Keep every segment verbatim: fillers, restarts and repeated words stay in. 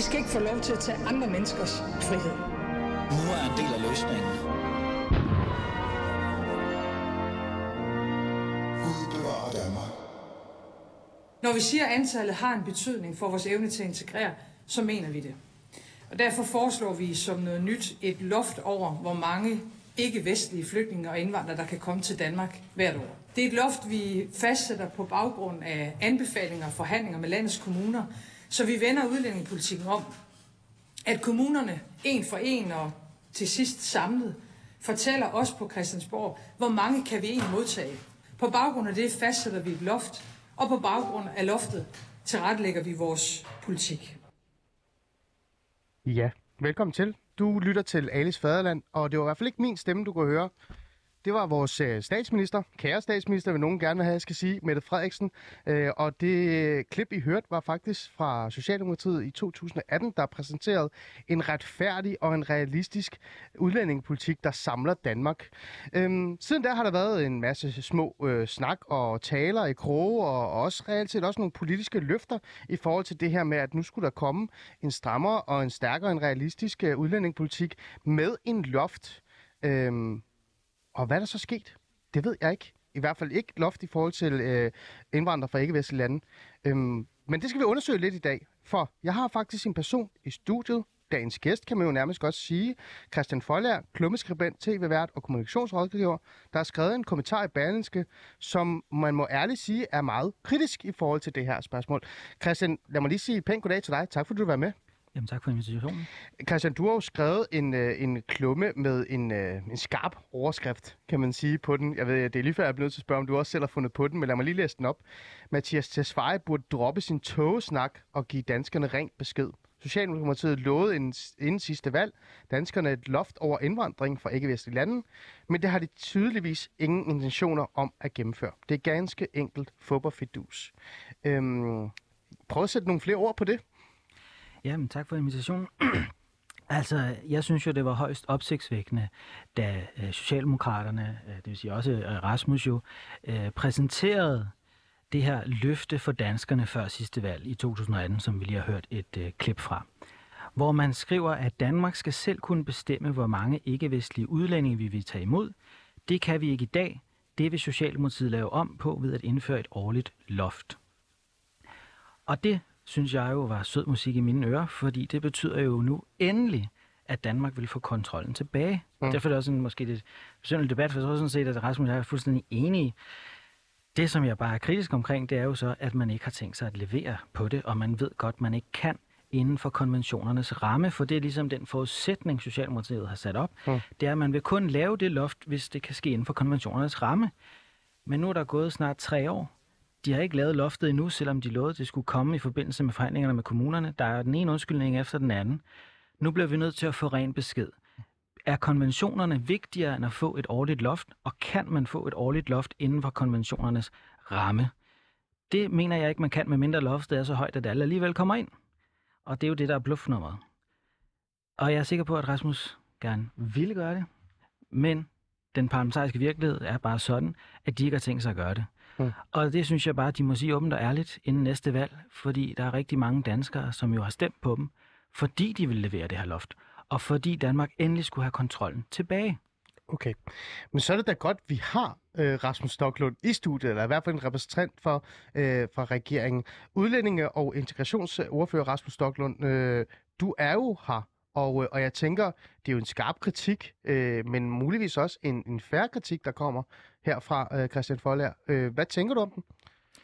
De skal ikke få lov til at tage andre menneskers frihed. Nu er en del af løsningen. Når vi siger, at antallet har en betydning for vores evne til at integrere, så mener vi det. Og derfor foreslår vi som noget nyt et loft over, hvor mange ikke-vestlige flygtninge og indvandrere, der kan komme til Danmark hvert år. Det er et loft, vi fastsætter på baggrund af anbefalinger og forhandlinger med landets kommuner, så vi vender udlændingepolitikken om, at kommunerne en for en og til sidst samlet fortæller os på Christiansborg, hvor mange kan vi egentlig modtage. På baggrund af det fastsætter vi et loft, og på baggrund af loftet tilrettelægger vi vores politik. Ja, velkommen til. Du lytter til Alis Faderland, og det var i hvert fald ikke min stemme, du kunne høre. Det var vores øh, statsminister, kære statsminister, vil nogen gerne have, jeg skal sige, Mette Frederiksen. Øh, og det klip, I hørte, var faktisk fra Socialdemokratiet i to tusind atten, der præsenterede en retfærdig og en realistisk udlændingepolitik, der samler Danmark. Øh, siden der har der været en masse små øh, snak og taler i kroge, og også reelt set også nogle politiske løfter i forhold til det her med, at nu skulle der komme en strammere og en stærkere og en realistisk øh, udlændingepolitik med en loft. Øh, Og hvad er der så sket? Det ved jeg ikke. I hvert fald ikke loft i forhold til øh, indvandrere fra ikke-vestlige lande. Øhm, men det skal vi undersøge lidt i dag, for jeg har faktisk en person i studiet, dagens gæst, kan man jo nærmest godt sige, Christian Foldager, klummeskribent, tv-vært og kommunikationsrådgiver, der har skrevet en kommentar i Berlingske, som man må ærligt sige er meget kritisk i forhold til det her spørgsmål. Christian, lad mig lige sige pænt goddag til dig. Tak fordi du var med. Jamen tak for invitationen. Christian, du har jo skrevet en, en klumme med en, en skarp overskrift, kan man sige, på den. Jeg ved, det er lige før, jeg er blevet nødt til at spørge, om du også selv har fundet på den, men lad mig lige læse den op. Mathias Tesfaye burde droppe sin togesnak og give danskerne rent besked. Socialdemokratiet lovede inden sidste valg danskerne et loft over indvandring fra ikke-vestlige lande, men det har de tydeligvis ingen intentioner om at gennemføre. Det er ganske enkelt fodboldfidus. Øhm, prøv at sætte nogle flere ord på det. Jamen, tak for invitationen. Altså, jeg synes jo, det var højst opsigtsvækkende, da øh, Socialdemokraterne, øh, det vil sige også øh, Rasmus jo, øh, præsenterede det her løfte for danskerne før sidste valg i to tusind atten, som vi lige har hørt et øh, klip fra. Hvor man skriver, at Danmark skal selv kunne bestemme, hvor mange ikke-vestlige udlændinge vi vil tage imod. Det kan vi ikke i dag. Det vil Socialdemokratiet lave om på ved at indføre et årligt loft. Og det synes jeg jo var sød musik i mine ører, fordi det betyder jo nu endelig, at Danmark vil få kontrollen tilbage. Mm. Og derfor er det også en, måske lidt besynderlig debat, for jeg tror sådan set, at Rasmus og jeg er fuldstændig enige. Det, som jeg bare er kritisk omkring, det er jo så, at man ikke har tænkt sig at levere på det, og man ved godt, man ikke kan inden for konventionernes ramme, for det er ligesom den forudsætning, Socialdemokratiet har sat op. Mm. Det er, at man vil kun lave det loft, hvis det kan ske inden for konventionernes ramme. Men nu er der gået snart tre år. De har ikke lavet loftet endnu, selvom de lovede, at det skulle komme i forbindelse med forhandlingerne med kommunerne. Der er den ene undskyldning efter den anden. Nu bliver vi nødt til at få ren besked. Er konventionerne vigtigere end at få et årligt loft, og kan man få et årligt loft inden for konventionernes ramme? Det mener jeg ikke, man kan, med mindre loftet er så højt, at alle alligevel kommer ind. Og det er jo det, der er bluffnummeret. Og jeg er sikker på, at Rasmus gerne ville gøre det, men den parlamentariske virkelighed er bare sådan, at de ikke har tænkt sig at gøre det. Mm. Og det synes jeg bare, at de må sige åbent og ærligt inden næste valg, fordi der er rigtig mange danskere, som jo har stemt på dem, fordi de vil levere det her loft, og fordi Danmark endelig skulle have kontrollen tilbage. Okay, men så er det da godt, vi har øh, Rasmus Stoklund i studiet, eller i hvert fald en repræsentant for, øh, fra regeringen. Udlændinge- og integrationsordfører Rasmus Stoklund, øh, du er jo her. Og, og jeg tænker, det er jo en skarp kritik, øh, men muligvis også en, en fair kritik, der kommer her fra øh, Christian Foldager. Øh, hvad tænker du om den?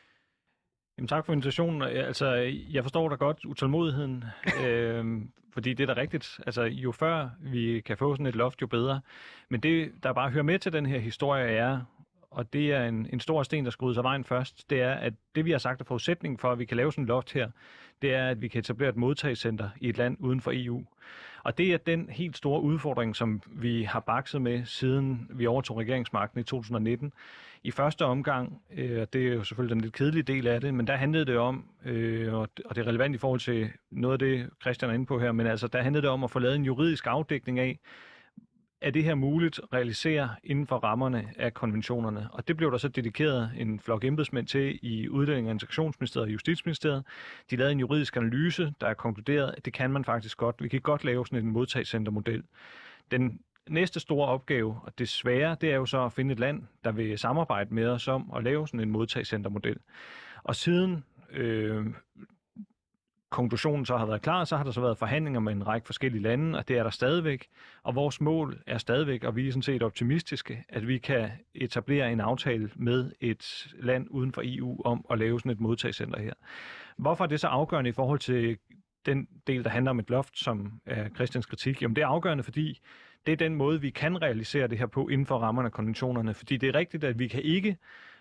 Jamen, tak for invitationen. Altså, jeg forstår da godt utålmodigheden, øh, fordi det er da rigtigt. Altså, jo før vi kan få sådan et loft, jo bedre. Men det, der bare hører med til den her historie, er, og det er en, en stor sten, der skal ryddes af vejen først, det er, at det vi har sagt er forudsætningen for, at vi kan lave sådan et loft her, det er, at vi kan etablere et modtagscenter i et land uden for E U. Og det er den helt store udfordring, som vi har bakset med, siden vi overtog regeringsmagten i to tusind nitten. I første omgang, øh, og det er jo selvfølgelig den lidt kedelige del af det, men der handlede det om, øh, og det er relevant i forhold til noget af det, Christian er inde på her, men altså der handlede det om at få lavet en juridisk afdækning af, er det her muligt at realisere inden for rammerne af konventionerne. Og det blev der så dedikeret en flok embedsmænd til i Udlænding- og Integrationsministeriet og Justitsministeriet. De lavede en juridisk analyse, der er konkluderet, at det kan man faktisk godt. Vi kan godt lave sådan en modtagscentermodel. Den næste store opgave, og det svære, det er jo så at finde et land, der vil samarbejde med os om at lave sådan en modtagscentermodel. Og siden øh, konklusionen så har været klar, så har der så været forhandlinger med en række forskellige lande, og det er der stadigvæk. Og vores mål er stadigvæk, og vi er sådan set optimistiske, at vi kan etablere en aftale med et land uden for E U om at lave sådan et modtagscenter her. Hvorfor er det så afgørende i forhold til den del, der handler om et loft, som er Christians kritik? Jamen det er afgørende, fordi det er den måde, vi kan realisere det her på inden for rammerne af konventionerne. Fordi det er rigtigt, at vi kan ikke,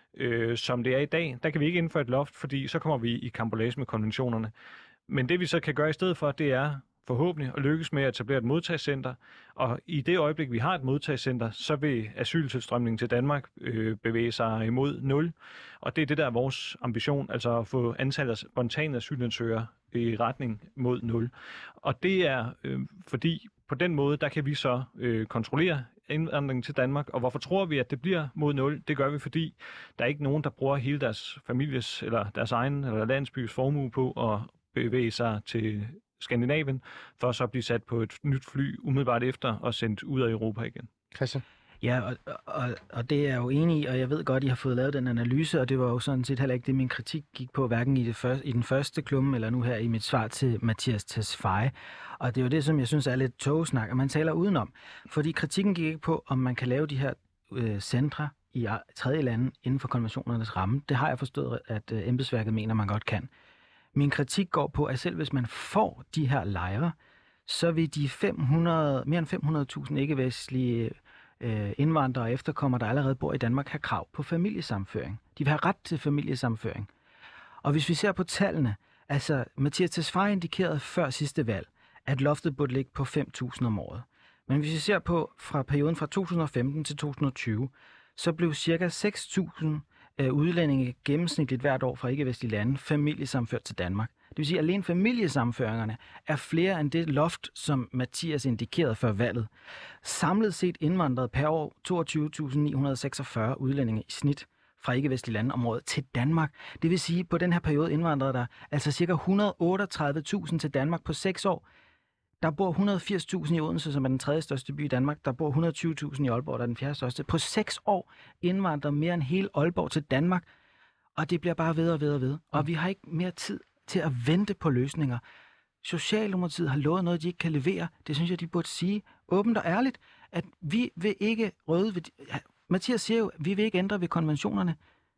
øh, som det er i dag, der kan vi ikke indføre et loft, fordi så kommer vi i karambolage med konventionerne. Men det vi så kan gøre i stedet for, det er forhåbentlig at lykkes med at etablere et modtagscenter. Og i det øjeblik, vi har et modtagscenter, så vil asyltilstrømningen til Danmark øh, bevæge sig imod nul. Og det er det, der er vores ambition, altså at få antallet af spontane asylansøgere i retning mod nul. Og det er øh, fordi på den måde, der kan vi så øh, kontrollere indvandringen til Danmark. Og hvorfor tror vi, at det bliver mod nul? Det gør vi, fordi der er ikke nogen, der bruger hele deres families eller deres egen eller landsbys formue på at bevæge sig til Skandinavien, for så at blive sat på et nyt fly umiddelbart efter og sendt ud af Europa igen. Christian? Ja, og, og, og det er jeg jo enig i, og jeg ved godt, I har fået lavet den analyse, og det var jo sådan set heller ikke det, min kritik gik på, hverken i, det første, i den første klumme, eller nu her i mit svar til Mattias Tesfaye. Og det er jo det, som jeg synes er lidt togesnak, og man taler udenom. Fordi kritikken gik ikke på, om man kan lave de her øh, centre i tredje lande inden for konventionernes ramme. Det har jeg forstået, at øh, embedsværket mener, man godt kan. Min kritik går på, at selv hvis man får de her lejre, så vil de fem hundrede, mere end fem hundrede tusind ikke-vestlige øh, indvandrere og efterkommere, der allerede bor i Danmark, have krav på familiesammenføring. De vil have ret til familiesammenføring. Og hvis vi ser på tallene, altså Mattias Tesfaye indikerede før sidste valg, at loftet burde ligge på fem tusind om året. Men hvis vi ser på fra perioden fra to tusind og femten til to tusind og tyve, så blev ca. seks tusind udlændinge gennemsnitligt hvert år fra ikke-vestlige lande familiesammenført til Danmark. Det vil sige, at alene familiesammenføringerne er flere end det loft, som Mathias indikerede før valget. Samlet set indvandrede per år toogtyve tusind ni hundrede seksogfyrre udlændinge i snit fra ikke-vestlige lande om året til Danmark. Det vil sige, at på den her periode indvandrede der altså ca. et hundrede og otteogtredive tusind til Danmark på seks år. Der bor et hundrede og firs tusind i Odense, som er den tredje største by i Danmark. Der bor et hundrede og tyve tusind i Aalborg, der er den fjerde største. På seks år indvandrer mere end hele Aalborg til Danmark, og det bliver bare ved og ved og ved. Og vi har ikke mere tid til at vente på løsninger. Socialdemokratiet har lovet noget, de ikke kan levere. Det synes jeg, de burde sige åbent og ærligt, at vi vil ikke røde ved... Mathias siger jo, at vi vil ikke ændre ved konventionerne.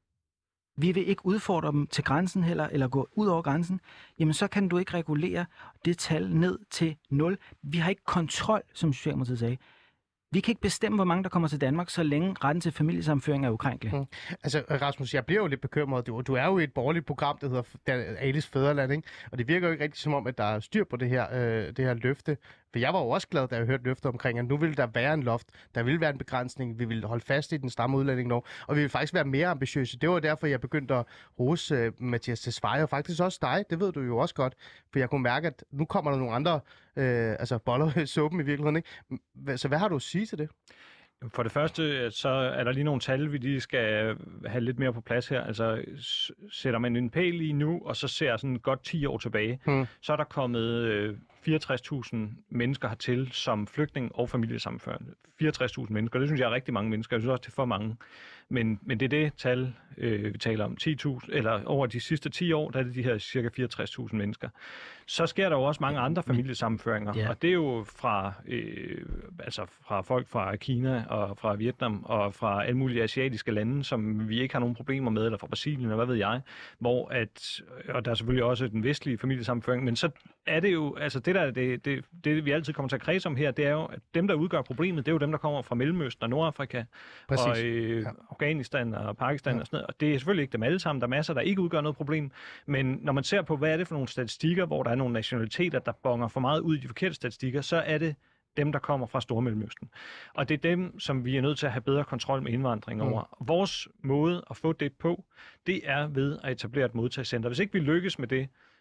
Vi vil ikke udfordre dem til grænsen heller, eller gå ud over grænsen. Jamen, så kan du ikke regulere det tal ned til nul. Vi har ikke kontrol, som Socialdemokratiet sagde. Vi kan ikke bestemme, hvor mange der kommer til Danmark, så længe retten til familiesammenføring er ukrænkelig. Mm. Altså, Rasmus, jeg bliver jo lidt bekymret. Du, du er jo i et borgerligt program, der hedder Alis Fædreland, ikke? Og det virker jo ikke rigtig som om, at der er styr på det her, øh, det her løfte. For jeg var jo også glad, da jeg hørte løfter omkring, at nu ville der være en loft, der ville være en begrænsning, vi ville holde fast i den stramme udlændingelov, og vi ville faktisk være mere ambitiøse. Det var derfor, jeg begyndte at rose uh, Mattias Tesfaye, og faktisk også dig, det ved du jo også godt, for jeg kunne mærke, at nu kommer der nogle andre øh, altså boller i suppen i virkeligheden, ikke? Så hvad har du at sige til det? For det første, så er der lige nogle tal, vi lige skal have lidt mere på plads her. Altså, sætter man en pæl lige nu, og så ser sådan godt ti år tilbage, hmm. så er der kommet øh, fireogtres tusind mennesker hertil som flygtning og familiesammenførende. fireogtres tusind mennesker, det synes jeg er rigtig mange mennesker. Jeg synes også, det er for mange. Men, men det er det tal, øh, vi taler om. ti tusind, eller over de sidste ti år, der er det de her cirka fireogtres tusind mennesker. Så sker der jo også mange andre familiesammenføringer, yeah. og det er jo fra, øh, altså fra folk fra Kina og fra Vietnam og fra alle mulige asiatiske lande, som vi ikke har nogen problemer med, eller fra Brasilien, og hvad ved jeg, hvor at, og der er selvfølgelig også den vestlige familiesammenføring, men så er det jo, altså det der, det, det, det vi altid kommer til at kredse om her, det er jo, at dem, der udgør problemet, det er jo dem, der kommer fra Mellemøsten og Nordafrika, Præcis. og øh, ja. Afghanistan og Pakistan ja. og sådan noget, og det er selvfølgelig ikke dem alle sammen, der er masser, der ikke udgør noget problem, men når man ser på, hvad er det for nogle statistikker, hvor der er nogle nationaliteter, der bonger for meget ud i de forkerte statistikker, så er det dem, der kommer fra Stormellemøsten. Og det er dem, som vi er nødt til at have bedre kontrol med indvandring over. Mm. Vores måde at få det på, det er ved at etablere et modtagscenter. Hvis ikke vi lykkes med det,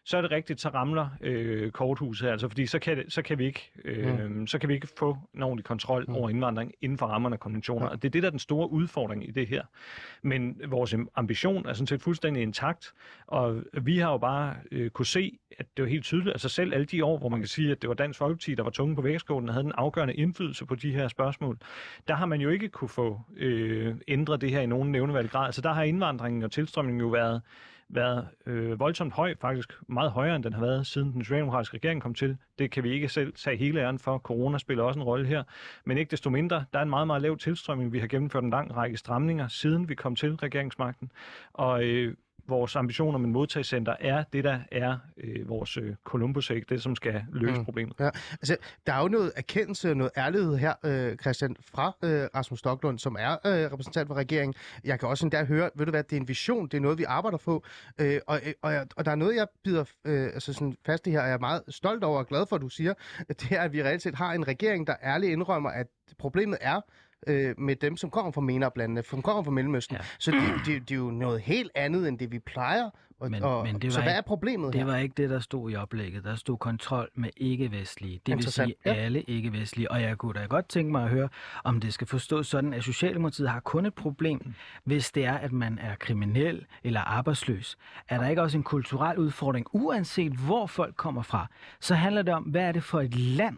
så er det rigtigt, så ramler øh, korthuset, altså fordi så kan, det, så, kan vi ikke, øh, mm. så kan vi ikke få en ordentlig kontrol mm. over indvandring inden for rammerne af konventioner. Ja. Og det er det, der er den store udfordring i det her. Men vores ambition er sådan set fuldstændig intakt, og vi har jo bare øh, kunne se, at det var helt tydeligt, altså selv alle de år, hvor man kan sige, at det var Dansk Folkeparti, der var tunge på vægtskålen og havde en afgørende indflydelse på de her spørgsmål, der har man jo ikke kunne få øh, ændret det her i nogen nævneværdig grad. Altså der har indvandringen og tilstrømningen jo været været øh, voldsomt høj, faktisk meget højere, end den har været, siden den socialdemokratiske regering kom til. Det kan vi ikke selv tage hele æren for. Corona spiller også en rolle her. Men ikke desto mindre, der er en meget, meget lav tilstrømning. Vi har gennemført en lang række stramninger, siden vi kom til regeringsmagten. Og øh, vores ambition om en modtagscenter er det, der er øh, vores øh, Columbus-æg, det som skal løse mm. problemet. Ja. Altså, der er jo noget erkendelse og noget ærlighed her, øh, Christian, fra øh, Rasmus Stoklund, som er øh, repræsentant for regeringen. Jeg kan også endda høre, ved du hvad, det er en vision, det er noget, vi arbejder på. Øh, og, og, og der er noget, jeg bider øh, altså sådan fast i her, og jeg er meget stolt over og glad for, at du siger, det er, at vi reelt set har en regering, der ærligt indrømmer, at problemet er, med dem, som kommer fra MENAP-landene, som kommer fra Mellemøsten. Ja. Så det, det, det er jo noget helt andet, end det vi plejer. Og, men, og, men det så var hvad ikke, er problemet det her? Det var ikke det, der stod i oplægget. Der stod kontrol med ikke-vestlige. Det vil sige ja. alle ikke-vestlige. Og jeg kunne da godt tænke mig at høre, om det skal forstås sådan, at Socialdemokratiet har kun et problem, mm. hvis det er, at man er kriminel eller arbejdsløs. Er der ikke også en kulturel udfordring, uanset hvor folk kommer fra? Så handler det om, hvad er det for et land,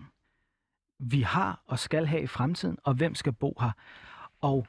vi har og skal have i fremtiden, og hvem skal bo her. Og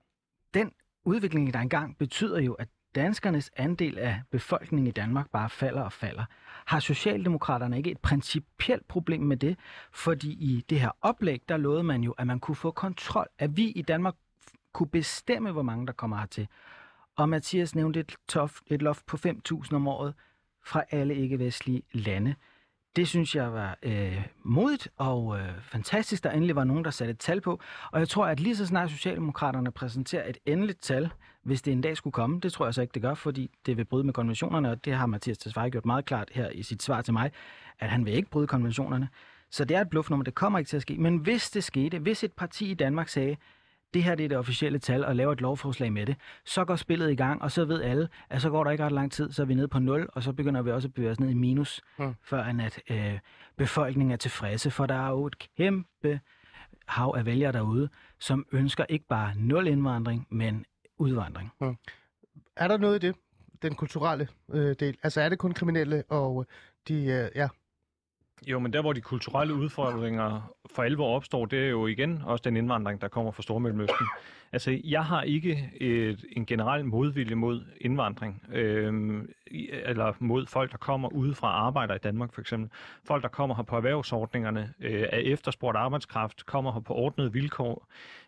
den udvikling, der engang betyder jo, at danskernes andel af befolkningen i Danmark bare falder og falder. Har Socialdemokraterne ikke et principielt problem med det? Fordi i det her oplæg, der lovede man jo, at man kunne få kontrol, at vi i Danmark kunne bestemme, hvor mange der kommer hertil. Og Mathias nævnte et, tof, et loft på fem tusind om året fra alle ikke-vestlige lande. Det synes jeg var øh, modigt og øh, fantastisk, der endelig var nogen, der satte et tal på. Og jeg tror, at lige så snart Socialdemokraterne præsenterer et endeligt tal, hvis det en dag skulle komme, det tror jeg så ikke, det gør, fordi det vil bryde med konventionerne, og det har Mathias Tesfaye gjort meget klart her i sit svar til mig, at han vil ikke bryde konventionerne. Så det er et bluffnummer, det kommer ikke til at ske. Men hvis det skete, hvis et parti i Danmark sagde, det her det er det officielle tal, og laver et lovforslag med det, så går spillet i gang, og så ved alle, at så går der ikke ret lang tid, så er vi nede på nul, og så begynder vi også at bevæge os ned i minus, mm. før at øh, befolkningen er tilfredse, for der er jo et kæmpe hav af vælgere derude, som ønsker ikke bare nul indvandring, men udvandring. Mm. Er der noget i det, den kulturelle øh, del? Altså er det kun kriminelle, og de, øh, ja... Jo, men der, hvor de kulturelle udfordringer for alvor opstår, det er jo igen også den indvandring, der kommer fra Stormellemøsten. Altså, jeg har ikke et, en generel modvilje mod indvandring, øh, eller mod folk, der kommer udefra og arbejder i Danmark, for eksempel. Folk, der kommer her på erhvervsordningerne, øh, er efterspurgt arbejdskraft, kommer her på ordnede vilkår,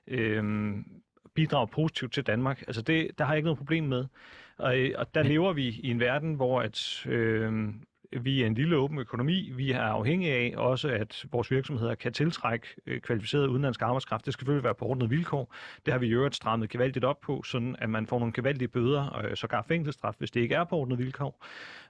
øh, bidrager positivt til Danmark. Altså, det, der har jeg ikke noget problem med. Og, og der lever vi i en verden, hvor at... Øh, Vi er en lille åben økonomi. Vi er afhængige af også, at vores virksomheder kan tiltrække kvalificeret udenlandsk arbejdskraft. Det skal selvfølgelig være på ordnede vilkår. Det har vi i øvrigt strammet gevaldigt op på, sådan at man får nogle gevaldige bøder og sågar fængselsstraf, hvis det ikke er på ordnede vilkår.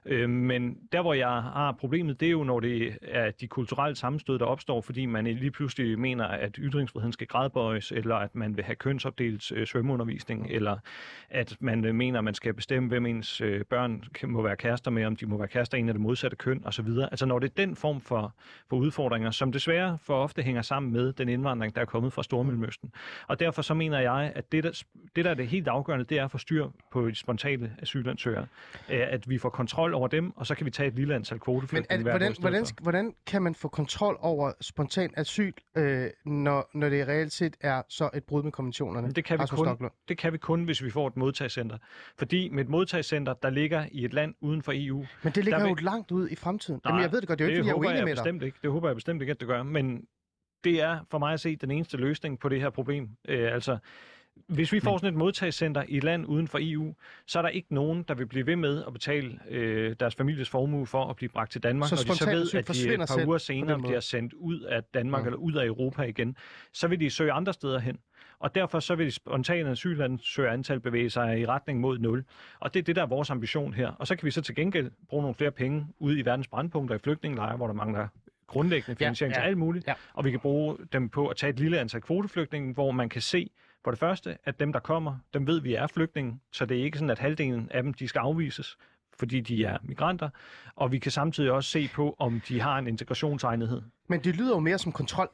Men der, hvor jeg har problemet, det er jo, når det er de kulturelle sammenstød, der opstår, fordi man lige pludselig mener, at ytringsfriheden skal gradbøjes, eller at man vil have kønsopdelt svømmeundervisning, eller at man mener, at man skal bestemme, hvem ens børn må være kærester med, om de må være kærester en af det modsatte køn osv. Altså når det er den form for, for udfordringer, som desværre for ofte hænger sammen med den indvandring, der er kommet fra Stormellemøsten. Og derfor så mener jeg, at det der, det, der er det helt afgørende, det er at få styr på de spontane asylansøgere. At vi får kontrol over dem, og så kan vi tage et lille antal kvoteflygtninge. Men er, hvordan, hvordan, hvordan kan man få kontrol over spontan asyl, øh, når, når det reelt set er så et brud med konventionerne? Det kan, vi kun, det kan vi kun, hvis vi får et modtagscenter. Fordi med et modtagscenter, der ligger i et land uden for E U... Men det ligger jo vil... langt ud i fremtiden. Nej, Jamen, jeg ved det godt, det er jo ikke, fordi jeg er uenig med dig. Bestemt ikke. Det håber jeg bestemt ikke, at det gør. Men det er for mig at se den eneste løsning på det her problem. Øh, altså, hvis vi får sådan et modtagscenter i et land uden for E U, så er der ikke nogen, der vil blive ved med at betale øh, deres families formue for at blive bragt til Danmark, så og de så ved, at de et par uger senere bliver sendt ud af Danmark ja. eller ud af Europa igen. Så vil de søge andre steder hen. Og derfor så vil de spontane asylansøgere antal bevæge sig i retning mod nul. Og det er det, der er vores ambition her. Og så kan vi så til gengæld bruge nogle flere penge ude i verdens brandpunkter i flygtningelejre, hvor der mangler grundlæggende finansiering ja, ja. til alt muligt. Ja. Og vi kan bruge dem på at tage et lille antal kvoteflygtninge, hvor man kan se, for det første, at dem, der kommer, dem ved vi er flygtninge, så det er ikke sådan, at halvdelen af dem, de skal afvises. fordi de er migranter, og vi kan samtidig også se på, om de har en integrationsegnethed. Men det lyder jo mere som kontrol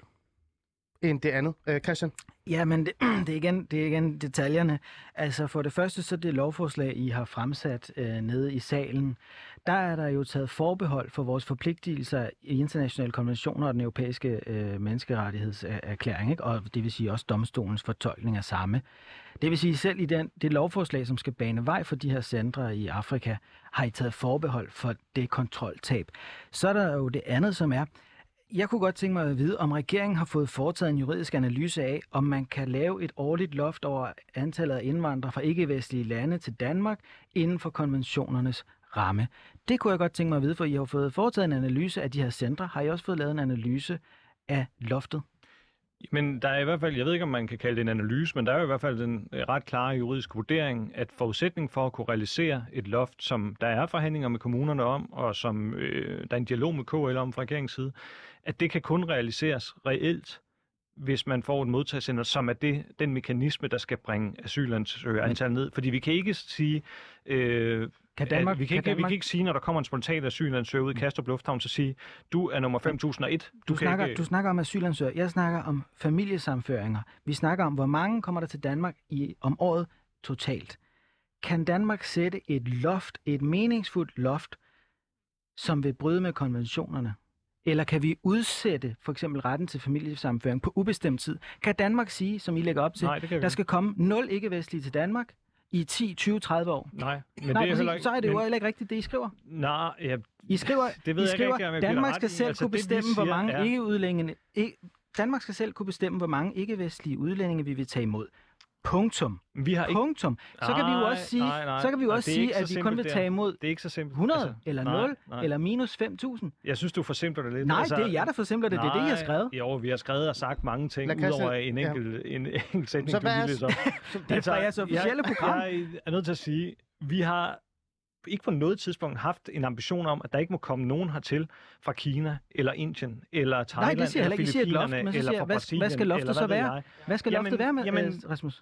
end det andet. Øh, Christian? Ja, men det, det, er igen, det er igen detaljerne. Altså for det første, så det lovforslag, I har fremsat øh, nede i salen, der er der jo taget forbehold for vores forpligtelser i internationale konventioner og den europæiske øh, menneskerettighedserklæring, ikke? Og det vil sige også domstolens fortolkning af samme. Det vil sige, selv i den, det lovforslag, som skal bane vej for de her centre i Afrika, har I taget forbehold for det kontroltab. Så er der jo det andet, som er, jeg kunne godt tænke mig at vide, om regeringen har fået foretaget en juridisk analyse af, om man kan lave et årligt loft over antallet af indvandrere fra ikke-vestlige lande til Danmark inden for konventionernes ramme. Det kunne jeg godt tænke mig at vide, for I har fået foretaget en analyse af de her centre. Har I også fået lavet en analyse af loftet? Men der er i hvert fald, jeg ved ikke, om man kan kalde det en analyse, men der er jo i hvert fald en ret klar juridisk vurdering, at forudsætning for at kunne realisere et loft, som der er forhandlinger med kommunerne om, og som øh, der er en dialog med K L om fra regeringens side, at det kan kun realiseres reelt, hvis man får et modtagscenter, som er det, den mekanisme, der skal bringe asylansøgerantal ned. Fordi vi kan ikke sige... Øh, Kan Danmark, vi, kan kan ikke, Danmark... vi kan ikke sige, når der kommer en spontan asylansøger ud i Kastrup Lufthavn, så sige, du er nummer fem tusind og et. Du, du, snakker, ikke... du snakker om asylansøgere. Jeg snakker om familiesamføringer. Vi snakker om, hvor mange kommer der til Danmark i, om året totalt. Kan Danmark sætte et loft, et meningsfuldt loft, som vil bryde med konventionerne? Eller kan vi udsætte for eksempel retten til familiesamføring på ubestemt tid? Kan Danmark sige, som I lægger op til, Nej, der skal komme nul ikke-vestlige til Danmark i ti, tyve, tredive år? Nej, men Nej, det er præcis, ikke, så er det jo men... heller ikke rigtigt, det I skriver. Nej, ja, I skriver, det ved I jeg skriver ikke, om jeg Danmark skal ret selv i. Altså, kunne det, bestemme, siger, hvor mange er... ikke-udlændinge... Ikke, Danmark skal selv kunne bestemme, hvor mange ikke-vestlige udlændinge vi vil tage imod. Punktum. Vi har ikke... Punktum. Så kan vi jo også sige, nej, nej. så kan vi jo også sige at vi kun vil tage imod det er ikke så simpelt. hundrede altså, eller nej, nul nej. eller minus fem tusind. Jeg synes, du forsimpler det lidt. Nej, altså, det er jer, der forsimpler det. nej, Det er det, I har skrevet. Jo, vi har skrevet og sagt mange ting, Christian... udover en enkelt, ja. en enkelt sætning, så du lige læser op. Det er fra jeres officielle program. Jeg, jeg er nødt til at sige, vi har ikke på noget tidspunkt haft en ambition om, at der ikke må komme nogen hertil fra Kina, eller Indien, eller Thailand, Nej, det siger eller heller ikke. I siger et loft, Filippinerne, men så eller siger fra jeg, hvad, Brasilien, hvad skal loftet så eller hvad ved være? jeg. Hvad skal Jamen, loftet være med, jamen, øh, Rasmus?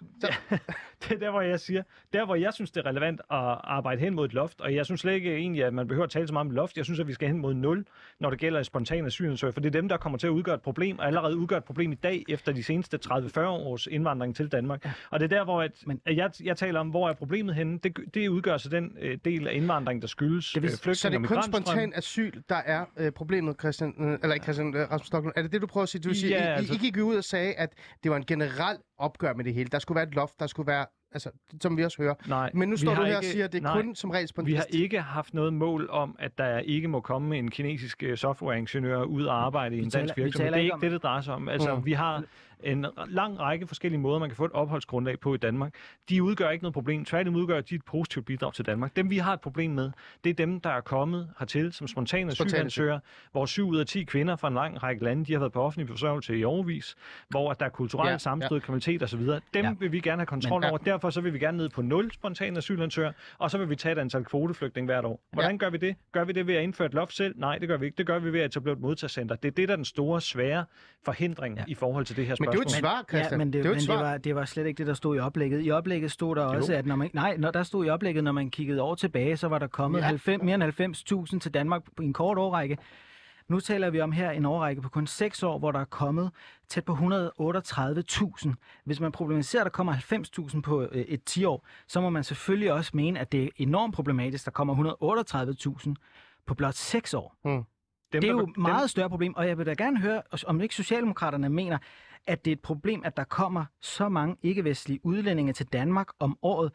Det er der, hvor jeg siger, der hvor jeg synes, det er relevant at arbejde hen mod et loft, og jeg synes slet ikke egentlig, at man behøver at tale så meget om loft. Jeg synes, at vi skal hen mod nul, når det gælder spontane asylansøgere, for det er dem, der kommer til at udgøre et problem, og allerede udgør et problem i dag, efter de seneste tredive til fyrre års indvandring til Danmark. Ja. Og det er der, hvor at, Men, at jeg, jeg taler om, hvor er problemet henne. Det, det udgør så den øh, del af indvandringen, der skyldes øh, flygtninge så det er og kun spontan asyl, der er øh, problemet, Christian, øh, eller ikke Christian, øh, Rasmus Stoklund. Er det det, du prøver at sige? Du vil sige, ja, I, altså... I gik jo ud og sagde, at det var en generel opgør med det hele. Der skulle være et loft, der skulle være, altså, som vi også hører. Nej, men nu står du her ikke, og siger, at det er nej, kun som regel spontant. Vi har ikke haft noget mål om, at der ikke må komme en kinesisk softwareingeniør ud og arbejde i en taler, dansk virksomhed. Det er ikke om... det, det drejer sig om. Altså, mm. vi har en lang række forskellige måder, man kan få et opholdsgrundlag på i Danmark. De udgør ikke noget problem. Tværtimod udgør de et positivt bidrag til Danmark. Dem, vi har et problem med, det er dem, der er kommet hertil som spontane asylansøgere, hvor syv ud af ti kvinder fra en lang række lande, de har været på offentlig forsørgelse i årevis, hvor der er kulturelle ja, sammenstød, ja. kriminalitet osv. Dem ja. vil vi gerne have kontrol Men, over. Ja. Derfor så vil vi gerne ned på nul spontane asylansøgere, og så vil vi tage et antal kvoteflygtninge hvert år. Hvordan ja. gør vi det? Gør vi det ved at indføre et loft selv? Nej, det gør vi ikke. Det gør vi ved at etablere et modtagscenter. Det er det, der er den store, svære forhindring ja. i forhold til det her spørgsmål. Men det er jo et svar, Christian. Ja, men det, det, men det, var, det var slet ikke det, der stod i oplægget. I oplægget stod der også, jo. at når man... Nej, når der stod i oplægget, når man kiggede år tilbage, så var der kommet ja. halvfems, mere end halvfems tusind til Danmark i en kort årrække. Nu taler vi om her en årrække på kun seks år, hvor der er kommet tæt på et hundrede og otteogtredive tusind. Hvis man problematiserer, at der kommer halvfems tusind på øh, et ti år, så må man selvfølgelig også mene, at det er enormt problematisk, der kommer et hundrede og otteogtredive tusind på blot seks år. Mm. Dem, det er jo et meget dem... større problem, og jeg vil da gerne høre, om ikke Socialdemokraterne mener, at det er et problem, at der kommer så mange ikke-vestlige udlændinge til Danmark om året,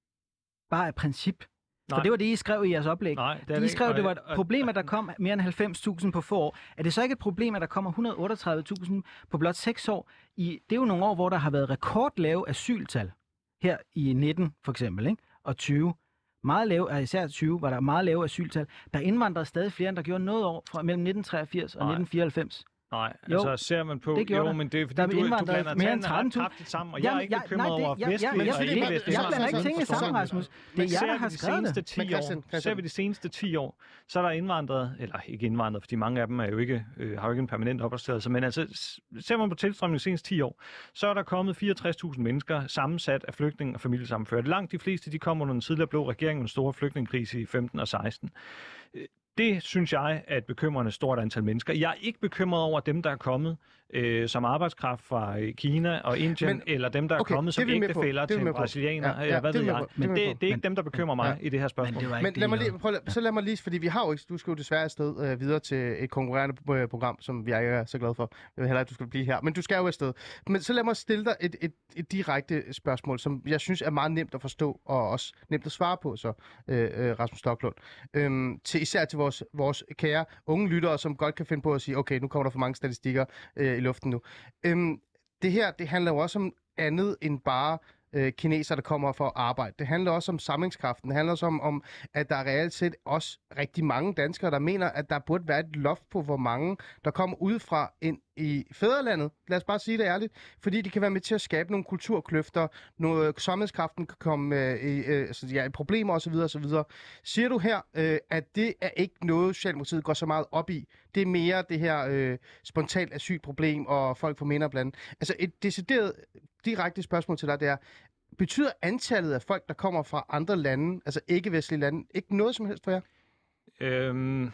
bare af princip. For Nej. det var det, I skrev i jeres oplæg. Nej, det er I skrev, at det var et problem, at der kom mere end halvfems tusind på få år. Er det så ikke et problem, at der kommer et hundrede og otteogtredive tusind på blot seks år? I, det er jo nogle år, hvor der har været rekordlave asyltal. Her i nitten for eksempel, ikke? Og tyve. Meget lave, især tyve var der meget lave asyltal. Der indvandrede stadig flere, end der gjorde noget år fra mellem nitten treogfirs og Nej. nitten fireoghalvfems. Nej, Jo, altså ser man på... det gjorde Jo, der. men det er fordi, Der er du, du indvandret blander mere end tallene ret tretten tusind. kraftigt sammen, og Jamen, jeg er ikke jeg- bekymret nej, det- over jeg- jeg- vestlige jeg- og jeg- ikke jeg- vestlige. jeg blander ikke tingene sammen, forstår- Rasmus. Det er Men jer, ser der vi har de skrevet seneste det. ti Men Christian, år, Christian. ser vi de seneste ti år, så er der indvandret, eller ikke indvandret, fordi mange af dem er jo ikke, øh, har jo ikke en permanent opholdstilladelse, men altså, s- ser man på tilstrømningen de seneste ti år, så er der kommet fireogtres tusind mennesker sammensat af flygtninge og familiesammenførte. Langt de fleste, de kom under den tidligere blå regering med en stor flygtningekrise i femten og seksten. Det synes jeg er et bekymrende stort antal mennesker. Jeg er ikke bekymret over dem, der er kommet øh, som arbejdskraft fra øh, Kina og Indien, Men- men, eller dem, der er okay, kommet som det er vi med på. ægtefæller Det er vi til med på. brasilianer, Ja, ja, ja, hvad det er ved vi jeg. med på. Det er Men vi det, med på. det er ikke Men- dem, der bekymrer mig Ja. i det her Men spørgsmål. det var ikke Men det, lad mig I lige, prøv, så lad mig lige, fordi vi har jo ikke, du skal jo desværre afsted øh, videre til et konkurrerende øh, program, som jeg ikke er så glad for. Jeg vil hellere, at du skal blive her, men du skal jo afsted. Men så lad mig stille dig et, et, et direkte spørgsmål, som jeg synes er meget nemt at forstå, og også nemt at svare på, så øh, øh, Rasmus Stoklund. Øhm, til, især til vores, vores kære unge lyttere, som godt kan finde på at sige, okay, nu kommer der for mange statistikker øh, i luften nu. Øhm, det her, det handler jo også om andet end bare øh, kinesere, der kommer for at arbejde. Det handler også om samlingskraften. Det handler også om, om, at der er reelt set også rigtig mange danskere, der mener, at der burde være et loft på, hvor mange, der kommer udefra ind i fædrelandet. Lad os bare sige det ærligt. Fordi det kan være med til at skabe nogle kulturkløfter, noget samlingskraften kan komme øh, i, øh, altså, ja, i problemer osv. osv. Siger du her, øh, at det er ikke noget, Socialdemokratiet går så meget op i? Det er mere det her øh, spontant asylproblem, og folk får mindre blandt. Altså et decideret direkte spørgsmål til dig, det er, betyder antallet af folk, der kommer fra andre lande, altså ikke-vestlige lande, ikke noget som helst for jer? Øhm,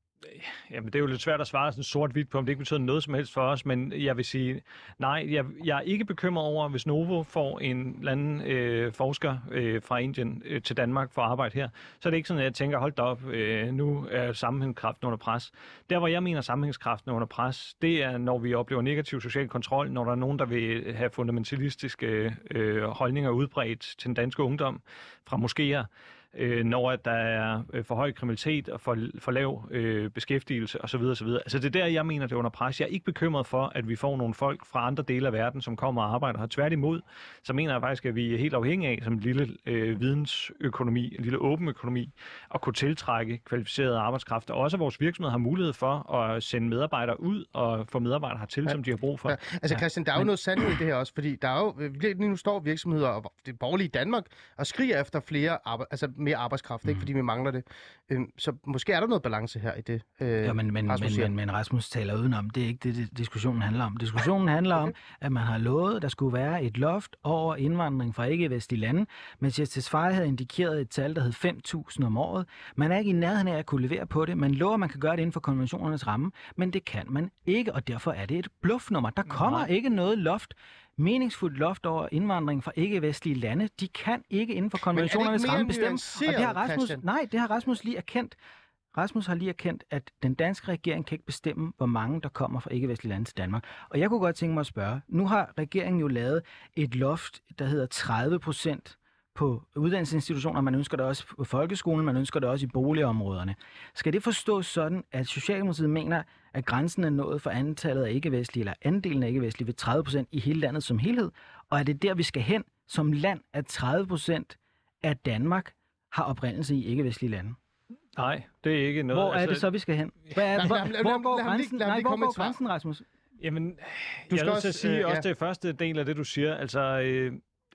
jamen, det er jo lidt svært at svare sådan sort-hvidt på, om det ikke betyder noget som helst for os, men jeg vil sige, nej, jeg, jeg er ikke bekymret over, hvis Novo får en eller anden øh, forsker øh, fra Indien øh, til Danmark for at arbejde her, så er det ikke sådan, at jeg tænker, hold da op, øh, nu er sammenhængskraften under pres. Der, hvor jeg mener, sammenhængskraften er under pres, det er, når vi oplever negativ social kontrol, når der er nogen, der vil have fundamentalistiske øh, holdninger udbredt til den danske ungdom fra moskéer, øh, når at der er øh, for høj kriminalitet og for, for lav øh, beskæftigelse osv. osv. Altså det er der, jeg mener, det er under pres. Jeg er ikke bekymret for, at vi får nogle folk fra andre dele af verden, som kommer og arbejder her. Tværtimod, så mener jeg faktisk, at vi er helt afhængige af, som en lille øh, vidensøkonomi, en lille åben økonomi, at kunne tiltrække kvalificeret arbejdskraft. Og også at vores virksomhed har mulighed for at sende medarbejdere ud og få medarbejdere hertil, ja. som de har brug for. Ja. Altså Christian, der er jo noget sandhed i det her også, fordi der er jo, lige nu står virksomheder og det borgerlige Danmark og skriger efter flere arbejde, altså mere arbejdskraft, mm. ikke, fordi vi mangler det. Øhm, så måske er der noget balance her i det, øh, Ja, men, men, Rasmus men, siger. men, men Rasmus taler udenom. Det er ikke det, det, diskussionen handler om. Diskussionen handler okay. om, at man har lovet, at der skulle være et loft over indvandring fra ikke-vestlige lande, men Tesfaye havde indikeret et tal, der hed fem tusind om året. Man er ikke i nærheden af at kunne levere på det. Man lover, at man kan gøre det inden for konventionernes ramme, men det kan man ikke, og derfor er det et bluffnummer. Der kommer Nej. ikke noget loft, meningsfuldt loft over indvandring fra ikke-vestlige lande. De kan ikke inden for konventionernes ramme bestemme. Og det har Rasmus, nej, det har Rasmus lige erkendt. Rasmus har lige erkendt, at den danske regering kan ikke bestemme, hvor mange der kommer fra ikke-vestlige lande til Danmark. Og jeg kunne godt tænke mig at spørge, nu har regeringen jo lavet et loft, der hedder tredive procent på uddannelsesinstitutioner, man ønsker det også på folkeskolen, man ønsker det også i boligområderne. Skal det forstås sådan, at Socialdemokratiet mener, at grænsen er nået for antallet af ikke-vestlige, eller andelen af ikke-vestlige ved tredive procent i hele landet som helhed? Og er det der, vi skal hen som land, at tredive procent af Danmark har oprindelse i ikke-vestlige lande? Nej, det er ikke noget... Hvor er altså, det så, vi skal hen? Hvad er, hvor, hvor går grænsen, nej, hvor går grænsen, Rasmus? Jamen, Du jeg skal er nødt også, til at sige øh, også ja. det første del af det, du siger. Altså, øh,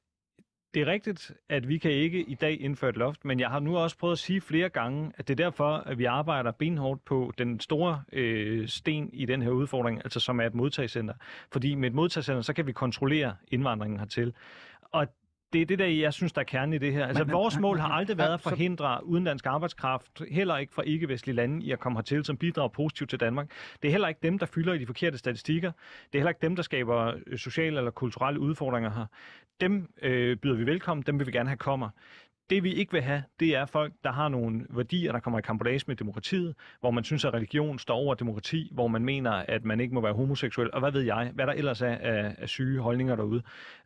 det er rigtigt, at vi kan ikke i dag indføre et loft, men jeg har nu også prøvet at sige flere gange, at det er derfor, at vi arbejder benhårdt på den store øh, sten i den her udfordring, altså som er et modtagscenter. Fordi med et modtagscenter, så kan vi kontrollere indvandringen hertil. Og det er det, der jeg synes, der er kernen i det her. Altså, men, vores mål har men, aldrig været at forhindre udenlandsk arbejdskraft, heller ikke fra ikke-vestlige lande, i at komme hertil, som bidrager positivt til Danmark. Det er heller ikke dem, der fylder i de forkerte statistikker. Det er heller ikke dem, der skaber sociale eller kulturelle udfordringer her. Dem øh, byder vi velkommen, dem vil vi gerne have kommer. Det vi ikke vil have, det er folk, der har nogle værdier, der kommer i kampolage med demokratiet, hvor man synes, at religion står over demokrati, hvor man mener, at man ikke må være homoseksuel, og hvad ved jeg, hvad der ellers er af, af syge holdninger derude.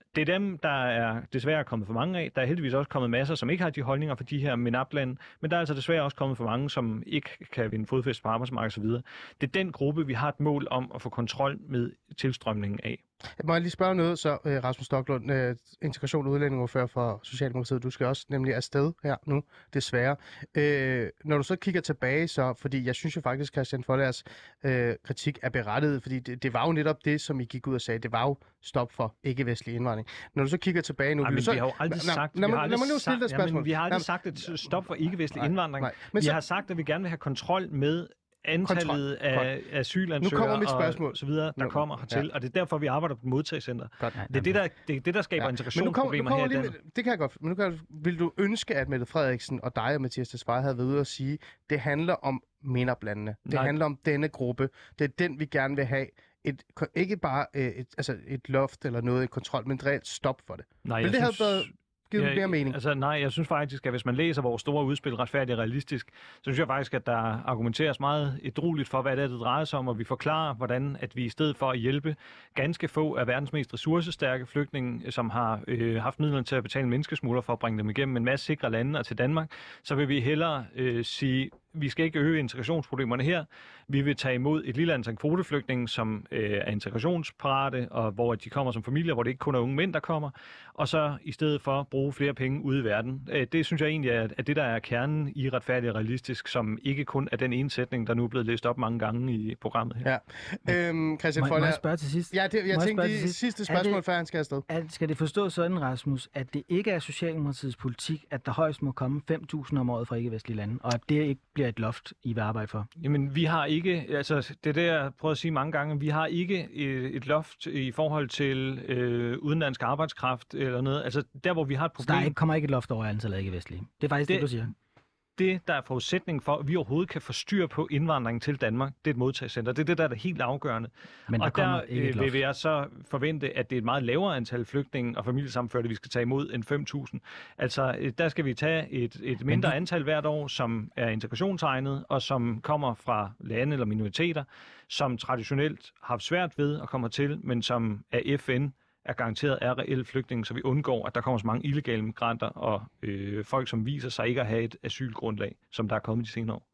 Det er dem, der er desværre kommet for mange af. Der er heldigvis også kommet masser, som ikke har de holdninger for de her MENAP-lande, men der er altså desværre også kommet for mange, som ikke kan vinde fodfæste på arbejdsmarkedet osv. Det er den gruppe, vi har et mål om at få kontrol med tilstrømningen af. Jeg må lige spørge noget, så Rasmus Stoklund, øh, integration og udlændingeordfører for Socialdemokratiet, du skal også nemlig afsted her nu, desværre. Øh, når du så kigger tilbage, så, fordi jeg synes jo faktisk, Christian Folders øh, kritik er berettiget, fordi det, det var jo netop det, som I gik ud og sagde, det var jo stop for ikke-vestlig indvandring. Når du så kigger tilbage nu... Nej, men så, vi har jo aldrig na, sagt... na, vi har lad, aldrig lad mig nu stille dig spørgsmål. Jamen, vi har aldrig sagt et stop for ikke-vestlig nej, indvandring. Nej, men vi så, har sagt, at vi gerne vil have kontrol med antallet af asylansøgere og så videre, der nu, kommer hertil, ja. Og det er derfor, vi arbejder på et modtagecenter. Det er det, der, det er det, der skaber ja. integrationsproblemer her i Danmark. Det kan jeg godt, men nu kan, vil du ønske, at Mette Frederiksen og dig og Mathias Tesfaye havde været ude og sige, det handler om MENAP-landene. Det Nej. handler om denne gruppe. Det er den, vi gerne vil have. Et, ikke bare et, altså et loft eller noget, et kontrol, men et reelt stop for det. Nej, men det synes... havde været givet ja, mere mening. Altså nej, jeg synes faktisk, at hvis man læser vores store udspil, Retfærdigt og Realistisk, så synes jeg faktisk, at der argumenteres meget ædrueligt for, hvad det er, det drejer sig om, og vi forklarer, hvordan at vi i stedet for at hjælpe ganske få af verdens mest ressourcestærke flygtninge, som har øh, haft midlerne til at betale menneskesmugler for at bringe dem igennem en masse sikre lande og til Danmark, så vil vi hellere øh, sige, vi skal ikke øge integrationsproblemerne her. Vi vil tage imod et lille antal kvoteflygtninge, som øh, er integrationsparate, og hvor de kommer som familier, hvor det ikke kun er unge mænd, der kommer, og så i stedet for bruge flere penge ude i verden. Øh, det synes jeg egentlig er, er det, der er kernen i Retfærdigt og Realistisk, som ikke kun er den ene sætning, der nu er blevet læst op mange gange i programmet her. Ja. Øhm, Christian må, Folder... må jeg spørge til sidst? Ja, det, jeg må tænkte jeg lige sidste spørgsmål, det, før han skal afsted. Er, skal det forstås sådan, Rasmus, at det ikke er Socialdemokratiets politik, at der højst må komme fem tusind om året fra ikke-vestlige lande, og at det ikke bliver et loft, I vil arbejde for? Jamen, vi har ikke, altså det er det, jeg prøver at sige mange gange, vi har ikke et, et loft i forhold til øh, udenlandsk arbejdskraft eller noget. Altså der, hvor vi har et problem... Så der kommer ikke et loft over antallet af ikke-vestlige? Det er faktisk det, det, du siger? Det, der er forudsætning for, at vi overhovedet kan få styr på indvandringen til Danmark, det er et modtagecenter. Det er det, der er det helt afgørende. Men der og kommer der ikke et loft. vil jeg så forvente, at det er et meget lavere antal flygtninge og familiesammenførte, vi skal tage imod end fem tusind. Altså, der skal vi tage et, et mindre de... antal hvert år, som er integrationsegnet, og som kommer fra lande eller minoriteter, som traditionelt har haft svært ved at komme til, men som af F N er garanteret er reelle flygtninge, så vi undgår, at der kommer så mange illegale migranter og øh, folk, som viser sig ikke at have et asylgrundlag, som der er kommet de senere år.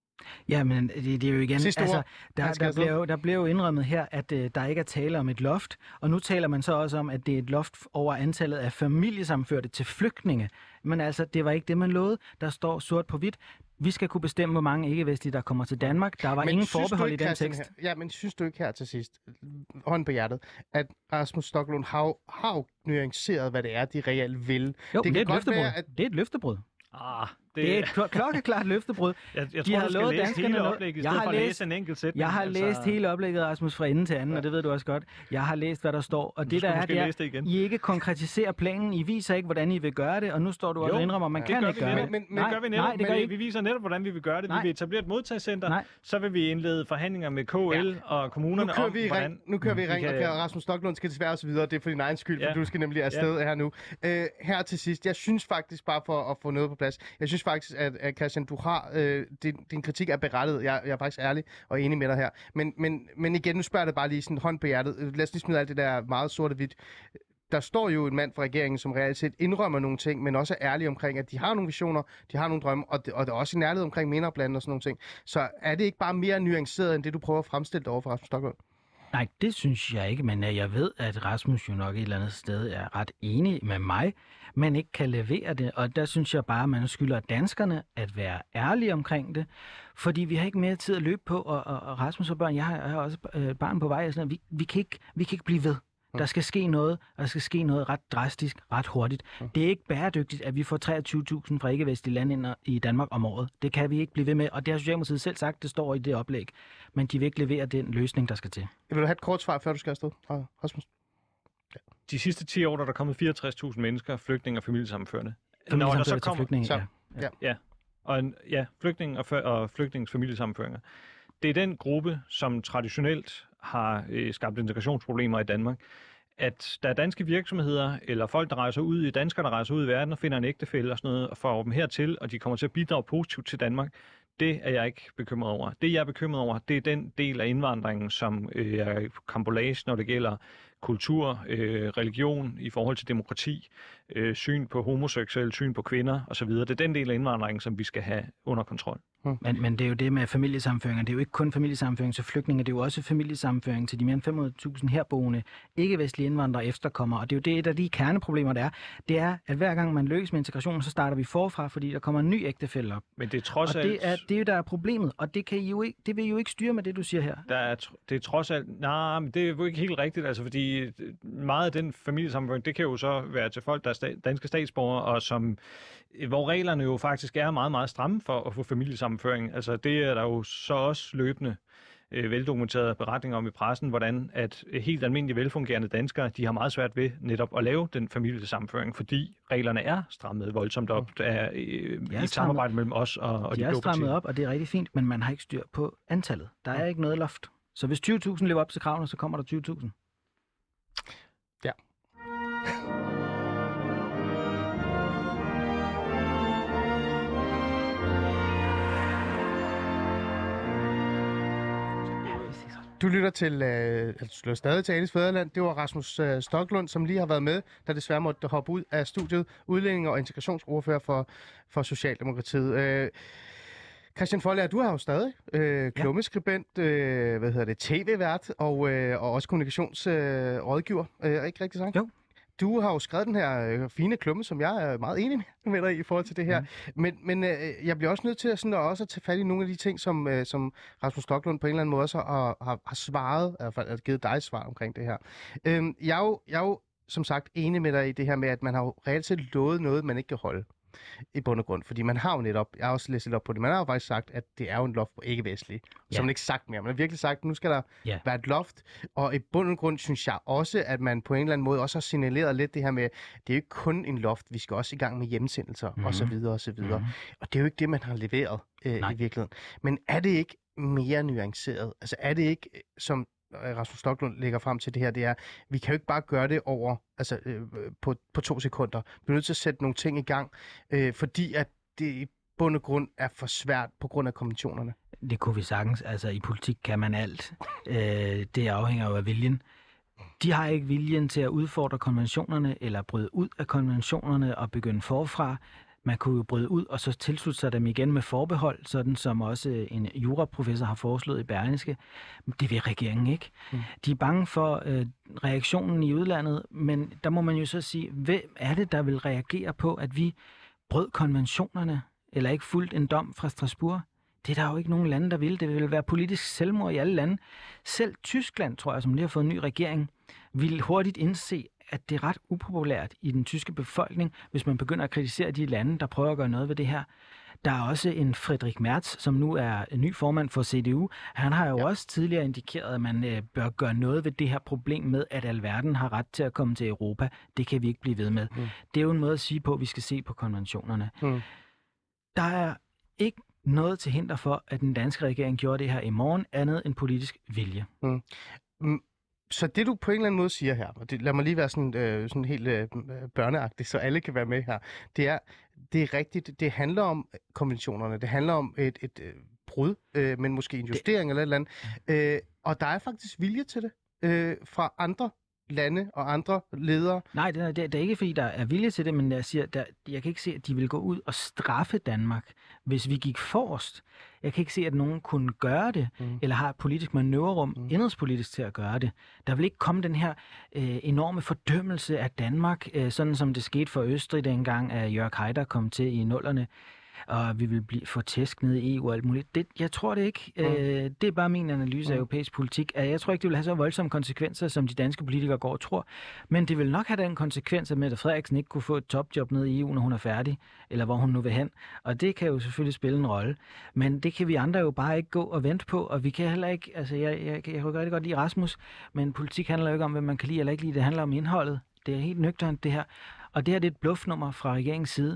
Ja, men det, det er jo igen, Sidste altså, ord. der, der, blev, der blev jo indrømmet her, at uh, der ikke er tale om et loft, og nu taler man så også om, at det er et loft over antallet af familiesammenførte til flygtninge. Men altså, det var ikke det, man lovede. Der står sort på hvidt. Vi skal kunne bestemme, hvor mange ikke-vestlige, der kommer til Danmark. Der var men ingen forbehold ikke, i den tekst. Her, ja, men synes du ikke her til sidst, hånd på hjertet, at Rasmus Stoklund har, har jo nuanceret, hvad det er, de reelt vil? Jo, det, det, er, et løftebrud. Være, at... det er et løftebrud. Ah, det... det er et kl- klokkeklart løftebrud. Jeg, jeg de tror, har du skal læse hele oplægget, i stedet for at læse en enkelt sætning. Jeg har altså... læst hele oplægget, Rasmus, fra ende til anden, ja. Og det ved du også godt. Jeg har læst, hvad der står. Og det der er, det er, det I ikke konkretiserer planen. I viser ikke, hvordan I vil gøre det, og nu står du også og indrømmer, at man ja, kan ikke gøre det. Men, men, det gør vi netop. Nej, det gør men, vi viser netop, hvordan vi vil gøre det. Nej. Vi vil etablere et modtagscenter. Nej. Så vil vi indlede forhandlinger med K L ja. og kommunerne om, hvordan... Nu kører vi i ring, og Rasmus Stoklund skal desværre også videre. Det er for din egen skyld, for du skal nemlig afsted her nu. Her til sidst, jeg synes faktisk, bare for at få noget på plads, jeg synes faktisk, at Christian, du har, øh, din, din kritik er berettet. Jeg, jeg er faktisk ærlig og enig med dig her. Men, men, men igen, nu spørger jeg dig bare lige sådan hånd på hjertet. Lad os lige smide alt det der meget sorte-hvidt. Der står jo en mand fra regeringen, som reelt set indrømmer nogle ting, men også er ærlig omkring, at de har nogle visioner, de har nogle drømme, og, det, og der er også en nærlighed omkring MENAP-lande og sådan nogle ting. Så er det ikke bare mere nuanceret, end det, du prøver at fremstille dig over for Rasmus Stoklund? Nej, det synes jeg ikke, men jeg ved, at Rasmus jo nok et eller andet sted er ret enig med mig, men ikke kan levere det. Og der synes jeg bare, at man skylder danskerne at være ærlige omkring det, fordi vi har ikke mere tid at løbe på, og, og, og Rasmus og børn, jeg har, jeg har også øh, barn på vej, og sådan, vi, vi, kan ikke, vi kan ikke blive ved. Der skal ske noget, og der skal ske noget ret drastisk, ret hurtigt. Det er ikke bæredygtigt, at vi får treogtyve tusind fra ikke-vestlige lande ind i Danmark om året. Det kan vi ikke blive ved med, og det har Socialdemokratiet selv sagt, det står i det oplæg. Men de vil ikke levere den løsning, der skal til. Jeg vil have et kort svar, før du skal afsted, Rasmus. Ja. De sidste ti år, der er der kommet fireogtres tusind mennesker, flygtninge og familiesammenførte. Familiesammenførte til kommer... flygtninge, så... ja. Ja, ja. Og en, ja, flygtninge og, f- og flygtningens familiesammenføringer. Det er den gruppe, som traditionelt har øh, skabt integrationsproblemer i Danmark. At der er danske virksomheder, eller folk, der rejser ud i danskere, der rejser ud i verden og finder en ægtefælle og sådan noget, og får dem hertil, og de kommer til at bidrage positivt til Danmark, det er jeg ikke bekymret over. Det, jeg er bekymret over, det er den del af indvandringen, som øh, er kampolage, når det gælder kultur, øh, religion i forhold til demokrati, øh, syn på homoseksuelle, syn på kvinder osv. Det er den del af indvandringen, som vi skal have under kontrol. Men, men det er jo det med familiesammenføringer. Det er jo ikke kun familiesammenføring til flygtninge, det er jo også familiesammenføring til de mere end fem hundrede tusind herboende ikke-vestlige indvandrere efterkommere. Og det er jo det, et af de kerneproblemer, der er. Det er, at hver gang man lykkes med integrationen, så starter vi forfra, fordi der kommer en ny ægtefælle op. Men det er trods og alt... det er det, er jo, der er problemet, og det, kan I jo ikke, det vil I jo ikke styre med det, du siger her. Der er, det er trods alt... Nej, men det er jo ikke helt rigtigt, altså, fordi meget af den familiesammenføring, det kan jo så være til folk, der er sta- danske statsborgere, og som... hvor reglerne jo faktisk er meget, meget stramme for at få familiesammenføring. Altså det er der jo så også løbende øh, veldokumenterede beretninger om i pressen, hvordan at helt almindelige velfungerende danskere, de har meget svært ved netop at lave den familiesammenføring, fordi reglerne er strammet voldsomt op af øh, i et samarbejde mellem os og, og de, de er strammet op, og det er rigtig fint, men man har ikke styr på antallet. Der er ikke noget loft. Så hvis tyve tusind lever op til kravene, så kommer der tyve tusind. Ja. Du lytter til, øh, altså, du stadig til Alis Fædreland. Det var Rasmus øh, Stoklund, som lige har været med, der desværre måtte hoppe ud af studiet. Udlænding og integrationsordfører for, for Socialdemokratiet. Øh, Christian Foldager, du er jo stadig øh, klummeskribent, øh, hvad hedder det, tv-vært og, øh, og også kommunikationsrådgiver. Øh, øh, ikke rigtigt sagt? Jo. Du har jo skrevet den her øh, fine klumme, som jeg er meget enig med dig i forhold til det her. Mm. Men, men øh, jeg bliver også nødt til at, sådan, at også at tage fat i nogle af de ting, som, øh, som Rasmus Stoklund på en eller anden måde også har, har, har svaret, i hvert fald har givet dig svar omkring det her. Øh, jeg, er jo, jeg er jo som sagt enig med dig i det her med, at man har jo reelt set lovet noget, man ikke kan holde. I bund og grund, fordi man har jo netop, jeg har også læst lidt op på det, man har jo faktisk sagt, at det er jo en loft på ikke-vestlige, ja. Som man ikke sagt mere. Man har virkelig sagt, at nu skal der ja. være et loft, og i bund og grund synes jeg også, at man på en eller anden måde også har signaleret lidt det her med, det er jo ikke kun en loft, vi skal også i gang med hjemsendelser, mm-hmm. og så videre, og så videre. Mm-hmm. Og det er jo ikke det, man har leveret øh, i virkeligheden. Men er det ikke mere nuanceret? Altså er det ikke, som Rasmus Stoklund lægger frem til det her, det er, vi kan jo ikke bare gøre det over, altså øh, på, på to sekunder. Vi er nødt til at sætte nogle ting i gang, øh, fordi at det i bund og grund er for svært på grund af konventionerne. Det kunne vi sagtens. Altså i politik kan man alt. øh, det afhænger jo af viljen. De har ikke viljen til at udfordre konventionerne, eller bryde ud af konventionerne og begynde forfra. Man kunne jo bryde ud og så tilslutte sig dem igen med forbehold, sådan som også en juraprofessor har foreslået i Berlingske. Det vil regeringen ikke. Mm. De er bange for øh, reaktionen i udlandet, men der må man jo så sige, hvem er det, der vil reagere på, at vi brød konventionerne, eller ikke fulgt en dom fra Strasbourg? Det er der jo ikke nogen lande, der vil. Det vil være politisk selvmord i alle lande. Selv Tyskland, tror jeg, som lige har fået en ny regering, vil hurtigt indse, at det er ret upopulært i den tyske befolkning, hvis man begynder at kritisere de lande, der prøver at gøre noget ved det her. Der er også en Friedrich Merz, som nu er en ny formand for C D U. Han har jo ja. også tidligere indikeret, at man øh, bør gøre noget ved det her problem med, at alverden har ret til at komme til Europa. Det kan vi ikke blive ved med. Mm. Det er jo en måde at sige på, at vi skal se på konventionerne. Mm. Der er ikke noget til hinder for, at den danske regering gjorde det her i morgen, andet end politisk vilje. Mm. Mm. Så det, du på en eller anden måde siger her, og det, lad mig lige være sådan, øh, sådan helt øh, børneagtig, så alle kan være med her, det er, det er rigtigt, det handler om konventionerne, det handler om et, et øh, brud, øh, men måske en justering det... eller et eller andet, øh, og der er faktisk vilje til det øh, fra andre lande og andre ledere. Nej, det er, det er ikke, fordi der er vilje til det, men jeg siger, der, jeg kan ikke se, at de vil gå ud og straffe Danmark, hvis vi gik forrest. Jeg kan ikke se, at nogen kunne gøre det, mm. eller har et politisk manøvrerum, mm. indrigspolitisk til at gøre det. Der vil ikke komme den her øh, enorme fordømmelse af Danmark, øh, sådan som det skete for Østrig dengang, at Jörg Haider kom til i nullerne, og vi vil blive få tæsk ned i E U og alt muligt. Det, jeg tror det ikke. Mm. Øh, det er bare min analyse af mm. europæisk politik. Jeg tror ikke, det vil have så voldsomme konsekvenser, som de danske politikere går og tror. Men det vil nok have den konsekvens, at Mette Frederiksen ikke kunne få et topjob ned i E U, når hun er færdig, eller hvor hun nu vil hen. Og det kan jo selvfølgelig spille en rolle. Men det kan vi andre jo bare ikke gå og vente på, og vi kan heller ikke, altså jeg, jeg, jeg kan rigtig godt lide Rasmus, men politik handler jo ikke om, hvad man kan lide eller ikke lide. Det handler om indholdet. Det er helt nøgternt, det her. Og det her det er et bluffnummer fra regeringens side.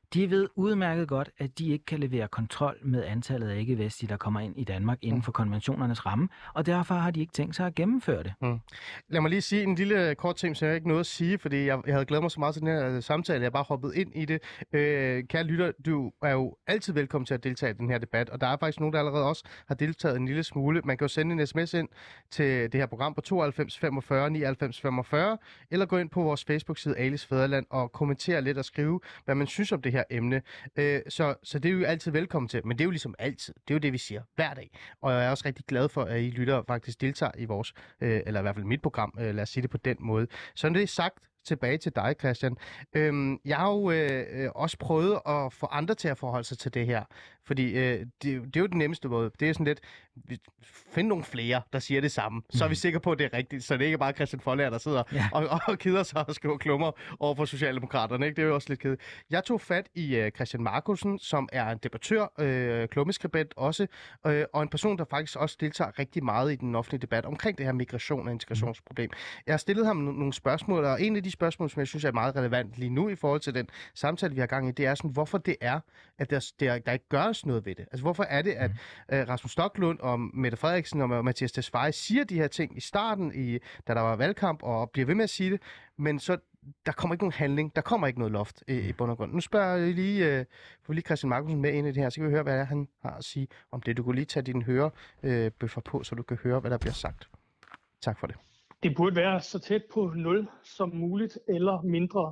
De ved udmærket godt, at de ikke kan levere kontrol med antallet af ikke-vestlige, der kommer ind i Danmark inden for konventionernes ramme, og derfor har de ikke tænkt sig at gennemføre det. Mm. Lad mig lige sige en lille kort ting, som jeg ikke nåede at sige, fordi jeg, jeg havde glædet mig så meget til den her samtale, jeg bare hoppet ind i det. Øh, kære lytter, du er jo altid velkommen til at deltage i den her debat, og der er faktisk nogen, der allerede også har deltaget en lille smule. Man kan jo sende en sms ind til det her program på tooghalvfems femogfyrre nioghalvfems femogfyrre, eller gå ind på vores Facebook-side Alis Fædreland og kommentere lidt og skrive, hvad man synes om det her emne. Øh, så, så det er jo altid velkommen til, men det er jo ligesom altid. Det er jo det, vi siger hver dag. Og jeg er også rigtig glad for, at I lytter faktisk deltager i vores, øh, eller i hvert fald mit program, øh, lad os sige det på den måde. Så når det er sagt, tilbage til dig, Christian. Øhm, jeg har jo øh, også prøvet at få andre til at forholde sig til det her, fordi øh, det, det er jo den nemmeste måde. Det er sådan lidt, find nogle flere, der siger det samme. Så er vi sikre på, at det er rigtigt, så det er ikke bare Christian Foldager, der sidder ja. og, og, og keder sig og skriver klummer over for Socialdemokraterne. Ikke? Det er jo også lidt kedeligt. Jeg tog fat i øh, Christian Markussen, som er en debattør, øh, klummeskribent også, øh, og en person, der faktisk også deltager rigtig meget i den offentlige debat omkring det her migration- og integrationsproblem. Jeg har stillet ham nogle spørgsmål, og en af de spørgsmål, som jeg synes er meget relevant lige nu i forhold til den samtale, vi har gang i, det er sådan, hvorfor det er, at der, der, der ikke gøres noget ved det. Altså, hvorfor er det, at uh, Rasmus Stoklund og Mette Frederiksen og Mathias Tesfaye siger de her ting i starten, i, da der var valgkamp, og bliver ved med at sige det, men så der kommer ikke nogen handling, der kommer ikke noget loft i, i bund og grund. Nu spørger jeg lige, uh, får lige Christian Markussen med ind i det her, så kan vi høre, hvad han har at sige om det. Du kan lige tage dine hørebøffer på, så du kan høre, hvad der bliver sagt. Tak for det. Det burde være så tæt på nul som muligt, eller mindre.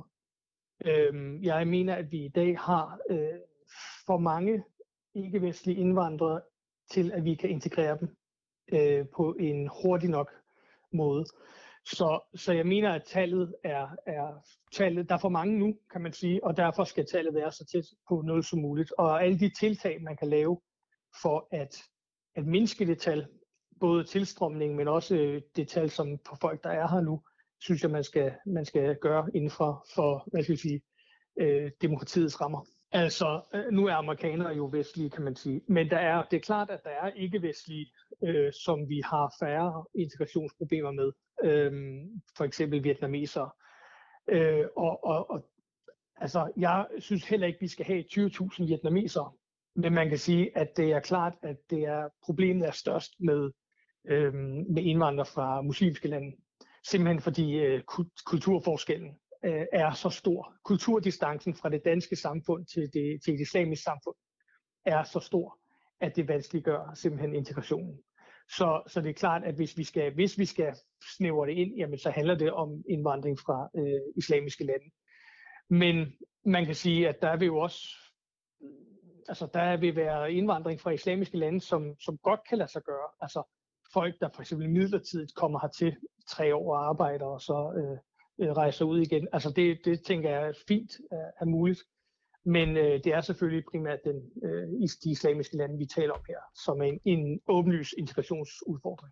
Øhm, jeg mener, at vi i dag har øh, for mange ikke-vestlige indvandrere til, at vi kan integrere dem øh, på en hurtig nok måde. Så, så jeg mener, at tallet er, er tallet, der er for mange nu, kan man sige, og derfor skal tallet være så tæt på nul som muligt. Og alle de tiltag, man kan lave for at, at mindske det tal, både tilstrømning, men også det tal, som på folk, der er her nu, synes jeg, man skal, man skal gøre inden for, for hvad skal jeg sige, øh, demokratiets rammer. Altså, nu er amerikanere jo vestlige, kan man sige, men der er, det er klart, at der er ikke-vestlige, øh, som vi har færre integrationsproblemer med, øh, for eksempel vietnamesere. Øh, og, og, og altså, jeg synes heller ikke, vi skal have tyve tusind vietnamesere, men man kan sige, at det er klart, at det er, problemet er størst med Øhm, med indvandrere fra muslimske lande. Simpelthen fordi øh, kulturforskellen øh, er så stor. Kulturdistancen fra det danske samfund til det, til det islamiske samfund er så stor, at det vanskeliggør simpelthen integrationen. Så, så det er klart, at hvis vi skal, hvis vi skal snævre det ind, jamen, så handler det om indvandring fra øh, islamiske lande. Men man kan sige, at der vil jo også altså, der vil være indvandring fra islamiske lande, som, som godt kan lade sig gøre. Altså folk, der for eksempel midlertidigt kommer hertil tre år og arbejder, og så øh, rejser ud igen. Altså det, det tænker jeg er fint er, er muligt. Men øh, det er selvfølgelig primært den, øh, de islamiske lande, vi taler om her, som er en, en åbenlys integrationsudfordring.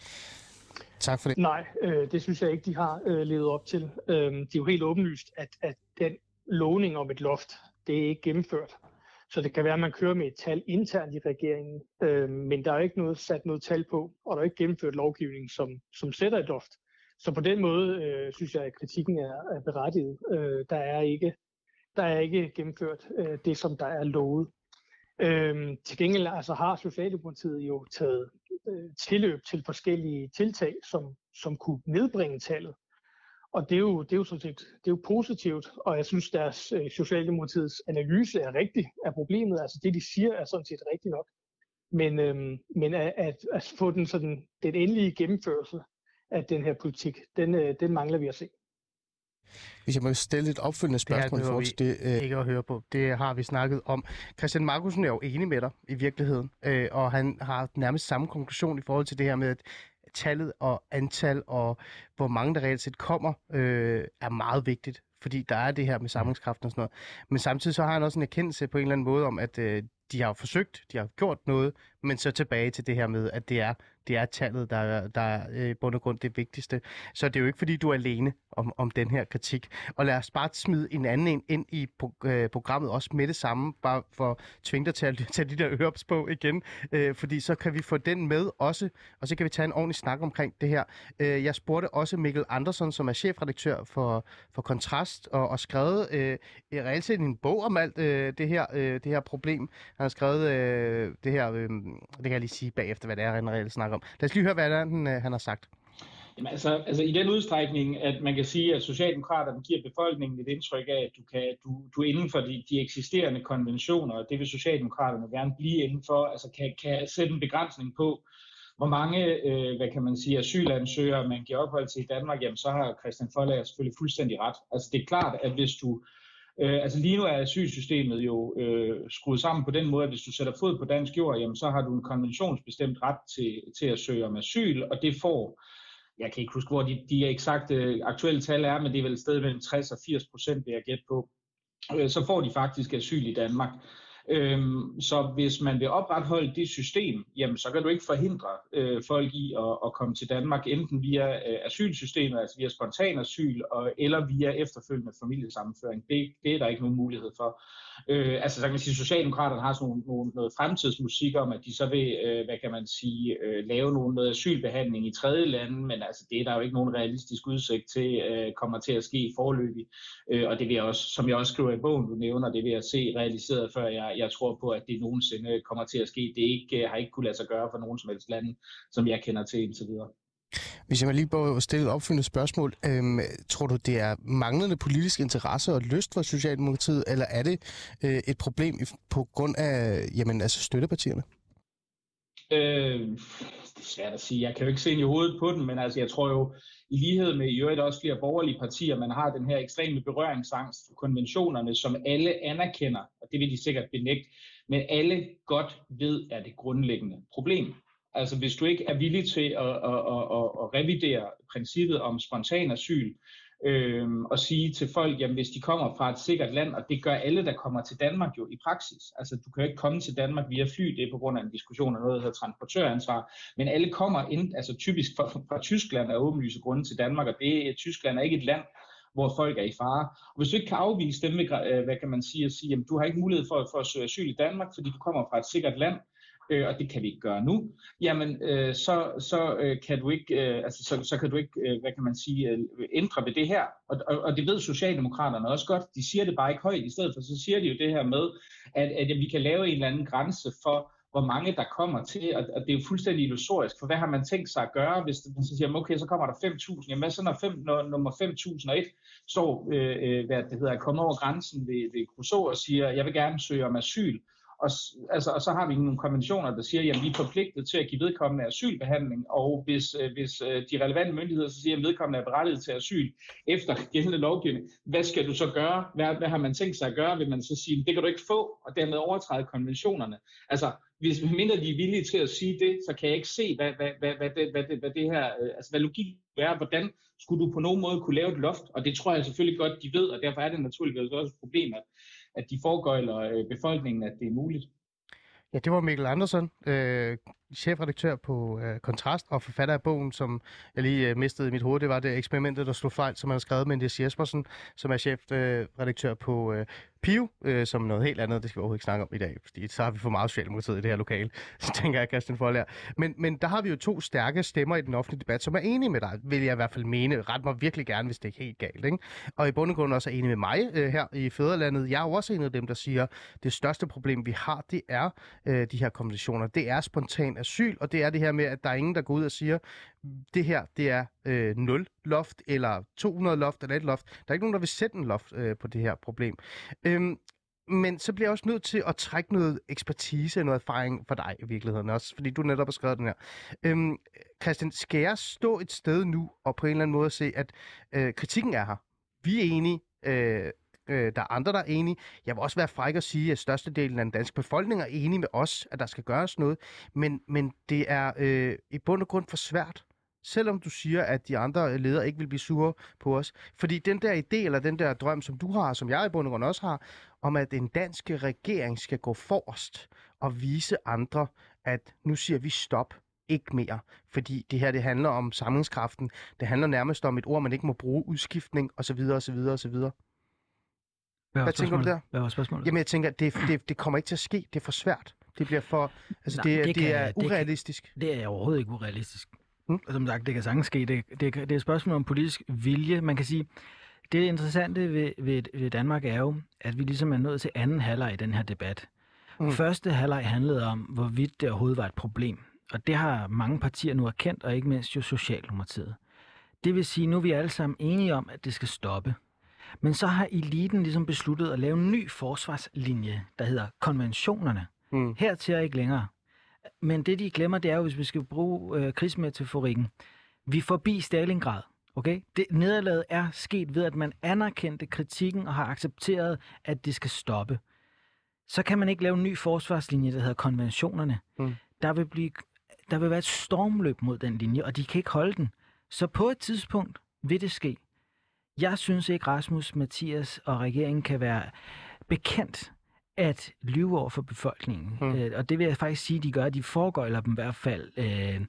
Tak for det. Nej, øh, det synes jeg ikke, de har øh, levet op til. Øh, det er jo helt åbenlyst, at, at den lovning om et loft, det er ikke gennemført. Så det kan være, at man kører med et tal internt i regeringen, øh, men der er ikke noget, sat noget tal på, og der er ikke gennemført lovgivning, som, som sætter et loft. Så på den måde øh, synes jeg, at kritikken er, er berettiget. Øh, der, er ikke, der er ikke gennemført øh, det, som der er lovet. Øh, til gengæld altså, har Socialdemokratiet jo taget øh, tilløb til forskellige tiltag, som, som kunne nedbringe tallet. Og det er jo, det er jo, sådan set, det er jo positivt, og jeg synes, deres øh, Socialdemokratiets analyse er rigtig af problemet. Altså det, de siger, er sådan set rigtigt nok. Men, øhm, men at, at, at få den, sådan, den endelige gennemførelse af den her politik, den, øh, den mangler vi at se. Hvis jeg må stille et opfølgende spørgsmål i forhold til det, øh, ikke at høre på, det har vi snakket om. Christian Markussen er jo enig med dig i virkeligheden, øh, og han har nærmest samme konklusion i forhold til det her med, at tallet og antal og hvor mange der reelt set kommer, øh, er meget vigtigt, fordi der er det her med samlingskraften og sådan noget. Men samtidig så har han også en erkendelse på en eller anden måde om, at øh, de har forsøgt, de har gjort noget, men så tilbage til det her med, at det er det er tallet, der, er- der er øh, i bund og grund det vigtigste. Så det er jo ikke, fordi du er alene om, om den her kritik. Og lad os bare smide en anden ind, ind i pro- øh, programmet, også med det samme, bare for at tvinge dig til at tage de der øreps på igen, øh, fordi så kan vi få den med også, og så kan vi tage en ordentlig snak omkring det her. Øh, jeg spurgte også Mikkel Andersen, som er chefredaktør for, for Kontrast, og, og skrevet øh, reelt set en bog om alt øh, det, her, øh, det her problem. Han har skrevet øh, det her, øh, det kan jeg lige sige bagefter, hvad det er, han reelt snakker om. Lad os lige høre, hvad det er, han, øh, han har sagt. Jamen, altså, altså i den udstrækning, at man kan sige, at Socialdemokraterne giver befolkningen et indtryk af, at du, kan, du, du er inden for de, de eksisterende konventioner, og det vil Socialdemokraterne gerne blive inden for, altså kan, kan sætte en begrænsning på, hvor mange, øh, hvad kan man sige, asylansøgere man giver ophold til i Danmark, jamen så har Christian Foldager selvfølgelig fuldstændig ret. Altså det er klart, at hvis du, øh, altså lige nu er asylsystemet jo øh, skruet sammen på den måde, at hvis du sætter fod på dansk jord, jamen så har du en konventionsbestemt ret til, til at søge om asyl, og det får, jeg kan ikke huske, hvor de, de eksakte aktuelle tal er, men det er vel et sted mellem tres og firs procent, vil jeg gætte på, øh, så får de faktisk asyl i Danmark. Øhm, så hvis man vil opretholde det system, jamen så kan du ikke forhindre øh, folk i at, at komme til Danmark, enten via øh, asylsystemet, altså via spontan asyl, og, eller via efterfølgende familiesammenføring. Det, det er der ikke nogen mulighed for. Øh, altså så kan man sige, at Socialdemokraterne har sådan nogle, nogle, noget fremtidsmusik om, at de så vil, øh, hvad kan man sige, øh, lave nogle, noget asylbehandling i tredje lande, men altså det er der jo ikke nogen realistisk udsigt til, øh, kommer til at ske i forløbig. Øh, og det vil jeg også, som jeg også skriver i bogen, du nævner, det vil jeg se realiseret, før jeg jeg tror på, at det nogensinde kommer til at ske. Det ikke, har ikke kunne lade sig gøre for nogen som helst lande, som jeg kender til indtil videre. Hvis jeg må lige bare stille et opfølgende spørgsmål. Øhm, tror du, det er manglende politisk interesse og lyst for Socialdemokratiet, eller er det øh, et problem på grund af jamen, altså støttepartierne? Øh, det er svært at sige. Jeg kan jo ikke se ind i hovedet på den, men altså, jeg tror jo, i lighed med i øvrigt også flere borgerlige partier, man har den her ekstreme berøringsangst for konventionerne, som alle anerkender, og det vil de sikkert benægte, men alle godt ved, er det grundlæggende problem. Altså hvis du ikke er villig til at, at, at, at, at revidere princippet om spontan asyl, Øhm, og sige til folk, jamen hvis de kommer fra et sikkert land, og det gør alle, der kommer til Danmark jo i praksis. Altså du kan jo ikke komme til Danmark via fly, det er på grund af en diskussion af noget, der hedder transportøransvar, men alle kommer ind, altså typisk fra, fra Tyskland af åbenlyse grunde til Danmark, og det, Tyskland er ikke et land, hvor folk er i fare. Og hvis du ikke kan afvise dem, hvad kan man sige, at sige, jamen du har ikke mulighed for, for at søge asyl i Danmark, fordi du kommer fra et sikkert land, Øh, og det kan vi ikke gøre nu, jamen øh, så, så øh, kan du ikke, øh, altså, så, så kan du ikke, øh, hvad kan man sige, øh, ændre ved det her. Og, og, og det ved Socialdemokraterne også godt. De siger det bare ikke højt. I stedet for, så siger de jo det her med, at, at, at vi kan lave en eller anden grænse for, hvor mange der kommer til, og, og det er jo fuldstændig illusorisk, for hvad har man tænkt sig at gøre, hvis man så siger, okay, så kommer der fem tusind, jamen hvad så når, fem, når nummer fem tusind og et står, øh, hvad det hedder, kommer over grænsen ved, ved Kruså og siger, jeg vil gerne søge om asyl. Og, altså, og så har vi nogle konventioner, der siger, at vi er forpligtet til at give vedkommende asylbehandling, og hvis, øh, hvis øh, de relevante myndigheder så siger, at vedkommende er berettiget til asyl efter gældende lovgivning, hvad skal du så gøre? Hvad, hvad har man tænkt sig at gøre? Vil man så sige, det kan du ikke få, og dermed overtræde konventionerne? Altså, hvis mindre de er villige til at sige det, så kan jeg ikke se, hvad, hvad, hvad, hvad, det, hvad, det, hvad det her, altså hvad logik er, hvordan skulle du på nogen måde kunne lave et loft? Og det tror jeg selvfølgelig godt, de ved, og derfor er det naturligvis også et problem, at at de foregøjler befolkningen, at det er muligt. Ja, det var Mikkel Andersen, øh, chefredaktør på øh, Kontrast og forfatter af bogen, som jeg lige øh, mistede i mit hoved. Det var det eksperimentet, der slog fejl, som han har skrevet med Niels Jespersen, som er chefredaktør øh, på øh, P I O, øh, som noget helt andet. Det skal vi overhovedet ikke snakke om i dag, fordi så har vi for meget Socialdemokratiet i det her lokale. Så tænker jeg, Christian Foldager. Men, men der har vi jo to stærke stemmer i den offentlige debat, som er enige med dig, vil jeg i hvert fald mene. Ret mig virkelig gerne, hvis det er helt galt. Ikke? Og i bund og grund også er enige med mig øh, her i Fædrelandet. Jeg er jo også en af dem, der siger, at det største problem, vi har, det er øh, de her konventioner. Det er spontan asyl, og det er det her med, at der er ingen, der går ud og siger, det her, det er øh, nul loft, eller to hundrede loft, eller et loft. Der er ikke nogen, der vil sætte en loft øh, på det her problem. Øhm, men så bliver jeg også nødt til at trække noget ekspertise, noget erfaring for dig i virkeligheden også, fordi du netop har skrevet den her. Øhm, Christian, skal jeg stå et sted nu, og på en eller anden måde se, at øh, kritikken er her? Vi er enige, øh, øh, der er andre, der er enige. Jeg vil også være fræk at sige, at størstedelen af den danske befolkning er enige med os, at der skal gøres noget, men, men det er øh, i bund og grund for svært. Selvom du siger, at de andre ledere ikke vil blive sure på os. Fordi den der idé, eller den der drøm, som du har, som jeg i bund og grund også har, om at den danske regering skal gå forrest og vise andre, at nu siger vi stop. ikke mere, fordi det her det handler om samlingskraften. Det handler nærmest om et ord, man ikke må bruge, udskiftning osv. osv. osv. Hvad, Hvad tænker du der? Hvad var spørgsmålet? Jamen jeg tænker, det, det, det kommer ikke til at ske. Det er for svært. Det bliver for, altså Nej, det, det det, kan- det er det kan- urealistisk. Det er overhovedet ikke urealistisk. Hmm? Og som sagt, det kan sagtens ske. Det, det, det er et spørgsmål om politisk vilje. Man kan sige, det interessante ved, ved, ved Danmark er jo, at vi ligesom er nået til anden halvleg i den her debat. Mm. Første halvleg handlede om, hvorvidt det overhovedet var et problem. Og det har mange partier nu erkendt, og ikke mindst jo Socialdemokratiet. Det vil sige, nu er vi alle sammen enige om, at det skal stoppe. Men så har eliten ligesom besluttet at lave en ny forsvarslinje, der hedder konventionerne. Mm. Hertil er ikke længere. Men det, de glemmer, det er jo, hvis vi skal bruge øh, krigsmetaforikken. Vi er forbi Stalingrad. Okay? Det nederlaget er sket ved, at man anerkendte kritikken og har accepteret, at det skal stoppe. Så kan man ikke lave en ny forsvarslinje, der hedder konventionerne. Mm. Der vil blive, der vil være et stormløb mod den linje, og de kan ikke holde den. Så på et tidspunkt vil det ske. Jeg synes ikke, Rasmus, Mathias og regeringen kan være bekendt at lyve over for befolkningen. Mm. Øh, og det vil jeg faktisk sige, at de gør. De foregøjler dem i hvert fald, øh,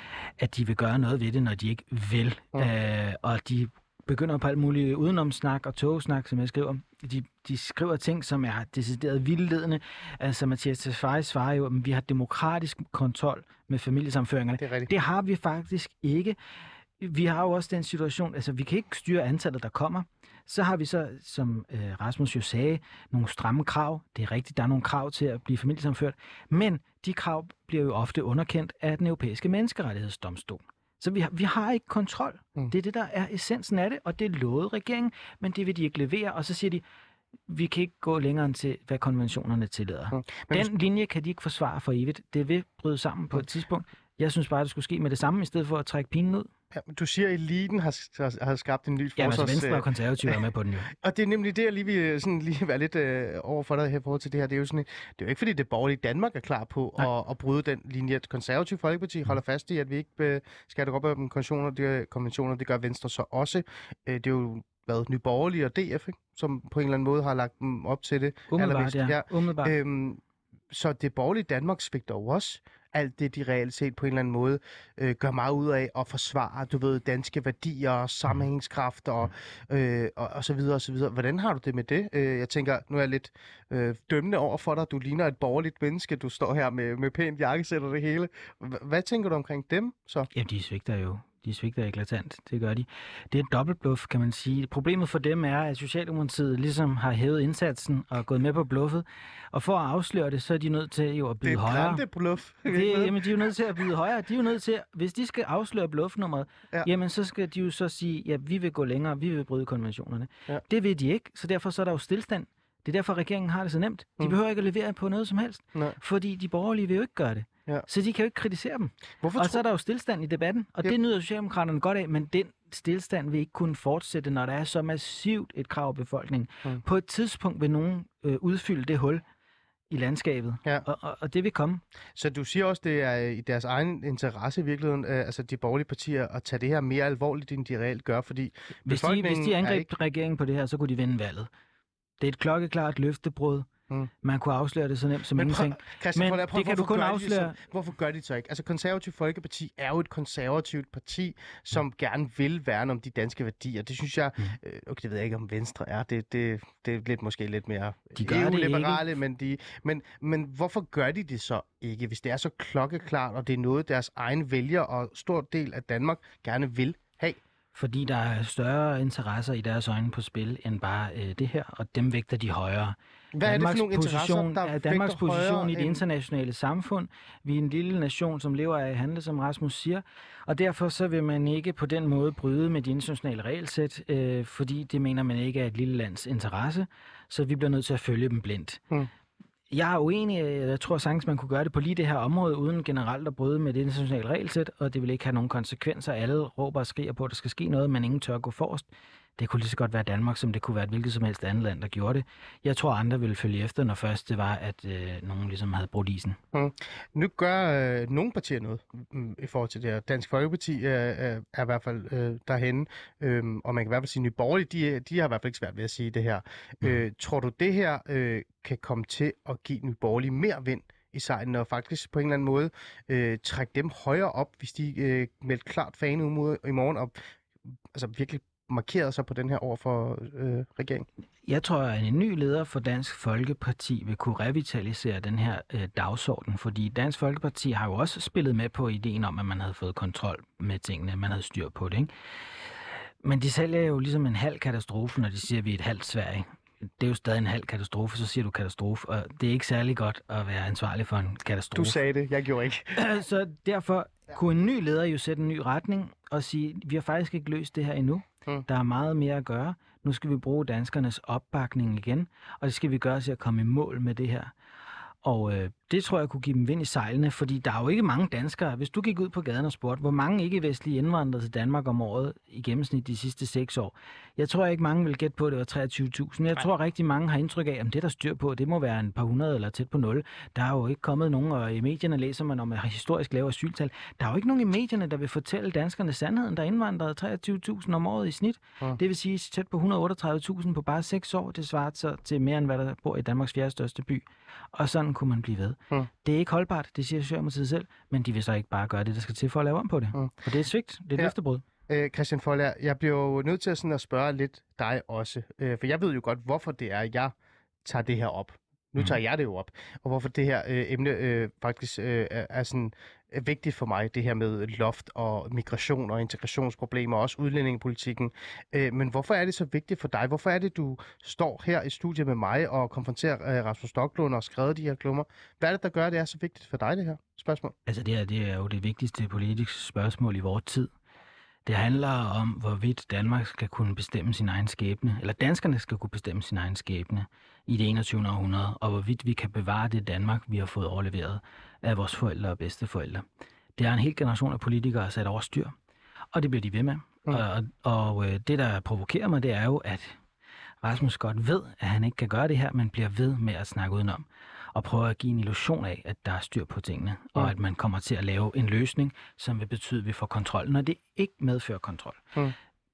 at de vil gøre noget ved det, når de ikke vil. Mm. Øh, og de begynder på alt muligt udenomsnak og togsnak, som jeg skriver. De, de skriver ting, som er decideret vildledende. Altså Mathias Tesfaye svarer jo, at vi har demokratisk kontrol med familiesammenføringerne. Det er rigtigt. Det har vi faktisk ikke. Vi har jo også den situation, altså vi kan ikke styre antallet, der kommer. Så har vi så, som øh, Rasmus jo sagde, nogle stramme krav. Det er rigtigt, der er nogle krav til at blive familiesammenført. Men de krav bliver jo ofte underkendt af den europæiske menneskerettighedsdomstol. Så vi har, vi har ikke kontrol. Mm. Det er det, der er essensen af det, og det lovede regeringen, men det vil de ikke levere. Og så siger de, vi kan ikke gå længere end til, hvad konventionerne tillader. Mm. Men Den linje kan de ikke forsvare for evigt. Det vil bryde sammen på et tidspunkt. Jeg synes bare, det skulle ske med det samme, i stedet for at trække pinen ud. Ja, du siger, at eliten har, har, har skabt en ny Ja, forsvars... altså Venstre og Konservative er med på den jo. Og det er nemlig det, jeg lige vil sådan, lige være lidt øh, over for dig her i forhold til det her. Det er jo sådan, et, det er jo ikke, fordi det borgerlige Danmark er klar på at, at bryde den linje. At Konservative Folkeparti holder fast i, at vi ikke øh, skal have det op af konventioner. Det, konventioner. Det gør Venstre så også. Øh, det er jo hvad, Nye Borgerlige og D F, ikke? Som på en eller anden måde har lagt dem op til det. Umiddelbart, ja. Ja. Umiddelbart. Øhm, så det borgerlige Danmark svigter jo også alt det, de reelt set på en eller anden måde øh, gør meget ud af at forsvare, du ved, danske værdier, sammenhængskraft og, øh, og, og så videre og så videre. Hvordan har du det med det? Øh, jeg tænker, nu er jeg lidt øh, dømmende over for dig. Du ligner et borgerligt menneske. Du står her med, med pænt jakkesæt og det hele. H- hvad tænker du omkring dem så? Jamen, de svigter jo. De svigter eklatant. Det gør de. Det er et dobbeltbluff, kan man sige. Problemet for dem er, at Socialdemokratiet ligesom har hævet indsatsen og gået med på bluffet. Og for at afsløre det, så er de nødt til jo at byde Det er højere. et bluff. Det, jamen, de er jo nødt til at byde højere. De er jo nødt til, hvis de skal afsløre bluffnummeret, Ja. ja. jamen så skal de jo så sige, ja, vi vil gå længere, vi vil bryde konventionerne. Ja. Det vil de ikke, så derfor så er der jo stillstand. Det er derfor, regeringen har det så nemt. De Mm. behøver ikke at levere på noget som helst, Nej. fordi de borgerlige vil jo ikke gøre det. Ja. Så de kan jo ikke kritisere dem. Hvorfor Og tror så er der jo stillstand i debatten, og Yep. det nyder Socialdemokraterne godt af, men den stillstand vil ikke kunne fortsætte, når der er så massivt et krav af befolkningen. Mm. På et tidspunkt vil nogen øh, udfylde det hul i landskabet, Ja. og, og, og det vil komme. Så du siger også, det er i deres egen interesse i virkeligheden, øh, altså de borgerlige partier, at tage det her mere alvorligt, end de reelt gør, fordi Hvis de, hvis befolkningen de er angreb ikke... regeringen på det her, så kunne de vinde valget. Det er et klokkeklart løftebrud. Mm. Man kunne afsløre det så nemt som Men prøv, ingenting. Christian, Men prøv, prøv, det kan du hvorfor kun gør de afsløre- Så, hvorfor gør de det så ikke? Altså, Konservativ Folkeparti er jo et konservativt parti, som gerne vil værne om de danske værdier. Det synes jeg, Mm. øh, okay, det ved jeg ikke, om Venstre er. Det, det, det er lidt, måske lidt mere De gør det E U-liberale, men, de, men, men hvorfor gør de det så ikke, hvis det er så klokkeklart, og det er noget, deres egen vælger og stor del af Danmark gerne vil have? Fordi der er større interesser i deres øjne på spil, end bare øh, det her, og dem vægter de højere. Hvad er det for nogle interesser, position, der er Danmarks vægter højere position i det end- internationale samfund. Vi er en lille nation, som lever af handle, som Rasmus siger, og derfor så vil man ikke på den måde bryde med de internationale regelsæt, øh, fordi det mener man ikke er et lille lands interesse, så vi bliver nødt til at følge dem blindt. Hmm. Jeg er uenig, jeg tror sagtens, man kunne gøre det på lige det her område, uden generelt at bryde med det internationale regelsæt, og det vil ikke have nogen konsekvenser. Alle råber og skriger på, at der skal ske noget, men ingen tør gå forrest. Det kunne lige så godt være Danmark, som det kunne være et hvilket som helst andet land, der gjorde det. Jeg tror, andre ville følge efter, når først det var, at øh, nogen ligesom havde brudt isen. Mm. Nu gør øh, nogle partier noget mm, i forhold til det her. Dansk Folkeparti øh, er i hvert fald øh, derhenne, øh, og man kan i hvert fald sige, at Nye Borgerlige, de, de har i hvert fald ikke svært ved at sige det her. Mm. Øh, tror du, det her øh, kan komme til at give Nye Borgerlige mere vind, i sejlen, og faktisk på en eller anden måde øh, trække dem højere op, hvis de øh, meldte klart fane ud i morgen, og altså virkelig markerede sig på den her over for øh, regeringen? Jeg tror, at en ny leder for Dansk Folkeparti vil kunne revitalisere den her øh, dagsorden, fordi Dansk Folkeparti har jo også spillet med på ideen om, at man havde fået kontrol med tingene, man havde styr på det, ikke? Men de sælger jo ligesom en halv katastrofe, når de siger, at vi er et halvt Sverige. Det er jo stadig en halv katastrofe, så siger du katastrofe, og det er ikke særlig godt at være ansvarlig for en katastrofe. Du sagde det, jeg gjorde ikke. Så derfor kunne en ny leder jo sætte en ny retning og sige, vi har faktisk ikke løst det her endnu. Hmm. Der er meget mere at gøre. Nu skal vi bruge danskernes opbakning igen, og det skal vi gøre til at komme i mål med det her. Og øh, det tror jeg kunne give dem vind i sejlene, fordi der er jo ikke mange danskere. Hvis du gik ud på gaden og spurgte, hvor mange ikke-vestlige indvandrere til Danmark om året i gennemsnit de sidste seks år. Jeg tror ikke, mange vil gætte på, at det var treogtyve tusind. Jeg tror rigtig mange har indtryk af, at det, der styr på, det må være en par hundrede eller tæt på nul. Der er jo ikke kommet nogen, og i medierne læser man om et historisk lave asyltal. Der er jo ikke nogen i medierne, der vil fortælle danskerne sandheden, der indvandrede treogtyve tusind om året i snit. Ja. Det vil sige tæt på et hundrede og otteogtredive tusind på bare seks år. Det svarer så til mere, end hvad der bor i Danmarks fjerde største by. Og sådan kunne man blive ved. Mm. Det er ikke holdbart, det siger Socialdemokratiet selv, men de vil så ikke bare gøre det, der skal til for at lave om på det. Mm. Og det er et svigt, det er et ja. løftebrud. Øh, Christian Foldager, jeg bliver jo nødt til at, sådan at spørge lidt dig også, øh, for jeg ved jo godt, hvorfor det er, jeg tager det her op. Nu tager jeg det jo op, og hvorfor det her øh, emne øh, faktisk øh, er, er sådan øh, vigtigt for mig, det her med loft og migration og integrationsproblemer, og også udlændingepolitikken. Øh, men hvorfor er det så vigtigt for dig? Hvorfor er det, du står her i studiet med mig og konfronterer øh, Rasmus Stoklund og skrevet de her klummer? Hvad er det, der gør, det er så vigtigt for dig, det her spørgsmål? Altså det, her, det er jo det vigtigste politiske spørgsmål i vores tid. Det handler om, hvorvidt Danmark skal kunne bestemme sin egen skæbne, eller danskerne skal kunne bestemme sin egen skæbne i det enogtyvende århundrede, og hvorvidt vi kan bevare det Danmark, vi har fået overleveret af vores forældre og bedsteforældre. Det er en hel generation af politikere sat over styr, og det bliver de ved med. Mm. Og, og det, der provokerer mig, det er jo, at Rasmus godt ved, at han ikke kan gøre det her, men bliver ved med at snakke udenom. Og prøve at give en illusion af, at der er styr på tingene, mm. og at man kommer til at lave en løsning, som vil betyde, at vi får kontrol, når det ikke medfører kontrol. Mm.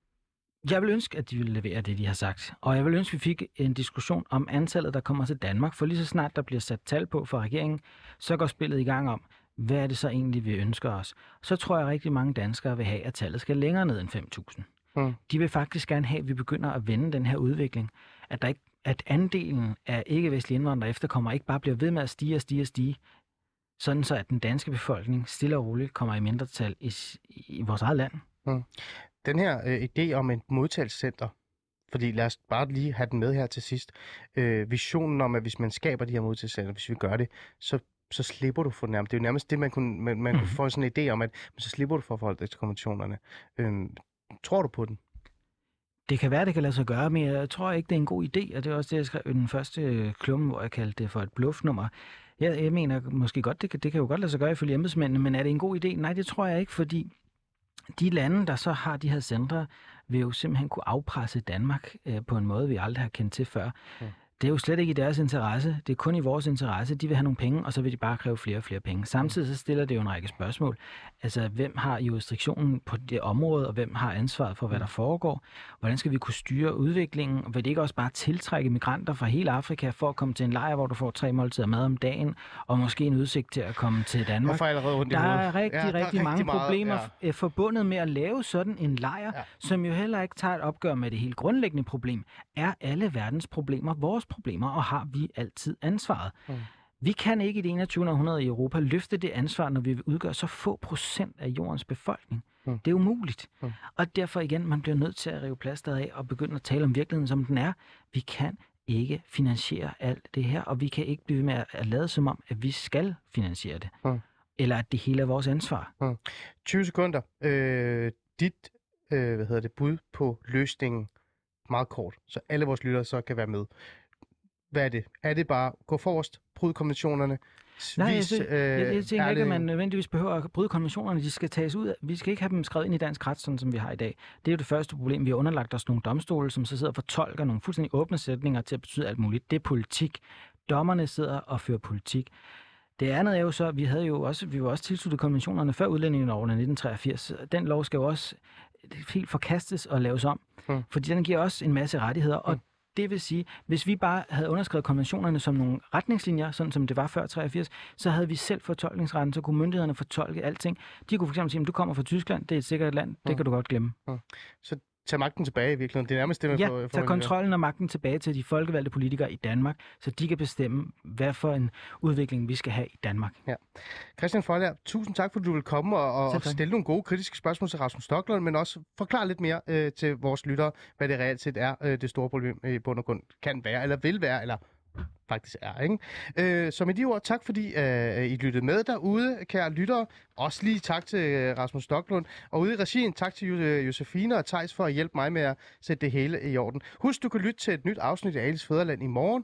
Jeg vil ønske, at de ville levere det, de har sagt. Og jeg vil ønske, at vi fik en diskussion om antallet, der kommer til Danmark. For lige så snart der bliver sat tal på for regeringen, så går spillet i gang om, hvad er det så egentlig, vi ønsker os. Så tror jeg, at rigtig mange danskere vil have, at tallet skal længere ned end fem tusind. Mm. De vil faktisk gerne have, at vi begynder at vende den her udvikling. At der ikke at andelen af ikke-vestlige indvandrere efterkommere ikke bare bliver ved med at stige og stige og stige, sådan så at den danske befolkning stille og roligt kommer i mindretal i, i vores eget land. Mm. Den her øh, idé om et modtagelsescenter, fordi lad os bare lige have den med her til sidst, øh, visionen om, at hvis man skaber de her modtagelsescenter, hvis vi gør det, så, så slipper du for det nærmest. Det er jo nærmest det, man kunne, man, man mm. kunne få sådan en idé om, at så slipper du for at forholde dig til konventionerne. Øh, tror du på den? Det kan være, det kan lade sig gøre, men jeg tror ikke, det er en god idé, og det er også det, jeg skrev i den første klumme, hvor jeg kaldte det for et bluffnummer. Jeg, jeg mener måske godt, det kan, det kan jo godt lade sig gøre ifølge embedsmændene, men er det en god idé? Nej, det tror jeg ikke, fordi de lande, der så har de her centre, vil jo simpelthen kunne afpresse Danmark øh, på en måde, vi aldrig har kendt til før. Ja. Det er jo slet ikke i deres interesse. Det er kun i vores interesse. De vil have nogle penge, og så vil de bare kræve flere og flere penge. Samtidig så stiller det jo en række spørgsmål. Altså, hvem har jurisdiktionen på det område, og hvem har ansvaret for, hvad der foregår? Hvordan skal vi kunne styre udviklingen? Vil det ikke også bare tiltrække migranter fra hele Afrika for at komme til en lejr, hvor du får tre måltider mad om dagen, og måske en udsigt til at komme til Danmark? Der er rigtig, ja, rigtig, rigtig mange meget, problemer ja. forbundet med at lave sådan en lejr, ja. som jo heller ikke tager et opgør med det helt grundlæggende problem. Er alle verdens problemer vores problemer, og har vi altid ansvaret? Mm. Vi kan ikke i det enogtyvende århundrede i Europa løfte det ansvar, når vi udgør så få procent af jordens befolkning. Mm. Det er umuligt. Mm. Og derfor igen, man bliver nødt til at rive plaster af og begynde at tale om virkeligheden, som den er. Vi kan ikke finansiere alt det her, og vi kan ikke blive med at lade som om, at vi skal finansiere det. Mm. Eller at det hele er vores ansvar. Mm. tyve sekunder. Øh, dit øh, hvad hedder det, bud på løsningen meget kort, så alle vores lyttere så kan være med. Hvad er det? Er det bare gå forrest, bryde konventionerne? Nej, vis, jeg, jeg, jeg, jeg tænker ikke, det... at man nødvendigvis behøver at bryde konventionerne. De skal tages ud af. Vi skal ikke have dem skrevet ind i dansk ret, sådan som vi har i dag. Det er jo det første problem. Vi har underlagt os nogle domstole, som så sidder og fortolker nogle fuldstændig åbne sætninger til at betyde alt muligt. Det er politik. Dommerne sidder og fører politik. Det andet er jo så, vi havde jo også, vi var også tilsluttet konventionerne før udlændingeloven i nitten treogfirs. Den lov skal jo også helt forkastes og laves om, mm. fordi den giver også en masse rettigheder, og mm. Det vil sige, hvis vi bare havde underskrevet konventionerne som nogle retningslinjer, sådan som det var før treogfirs, så havde vi selv fortolkningsretten, så kunne myndighederne fortolke alting. De kunne fx sige, at du kommer fra Tyskland, det er et sikkert land, det kan du godt glemme. Ja. Så tag magten tilbage i virkeligheden. Det er nærmest det, man ja, får... tag kontrollen og magten tilbage til de folkevalgte politikere i Danmark, så de kan bestemme, hvad for en udvikling vi skal have i Danmark. Ja. Christian Foldager, tusind tak, fordi du vil komme og, og stille nogle gode kritiske spørgsmål til Rasmus Stoklund, men også forklare lidt mere øh, til vores lyttere, hvad det reelt set er, øh, det store problem i bund og grund kan være, eller vil være, eller faktisk er, ikke? Øh, så med de ord, tak fordi øh, I lyttede med derude, kære lyttere. Også lige tak til øh, Rasmus Stoklund. Og ude i regien, tak til øh, Josefine og Theis for at hjælpe mig med at sætte det hele i orden. Husk, du kan lytte til et nyt afsnit af Alis Fædreland i morgen.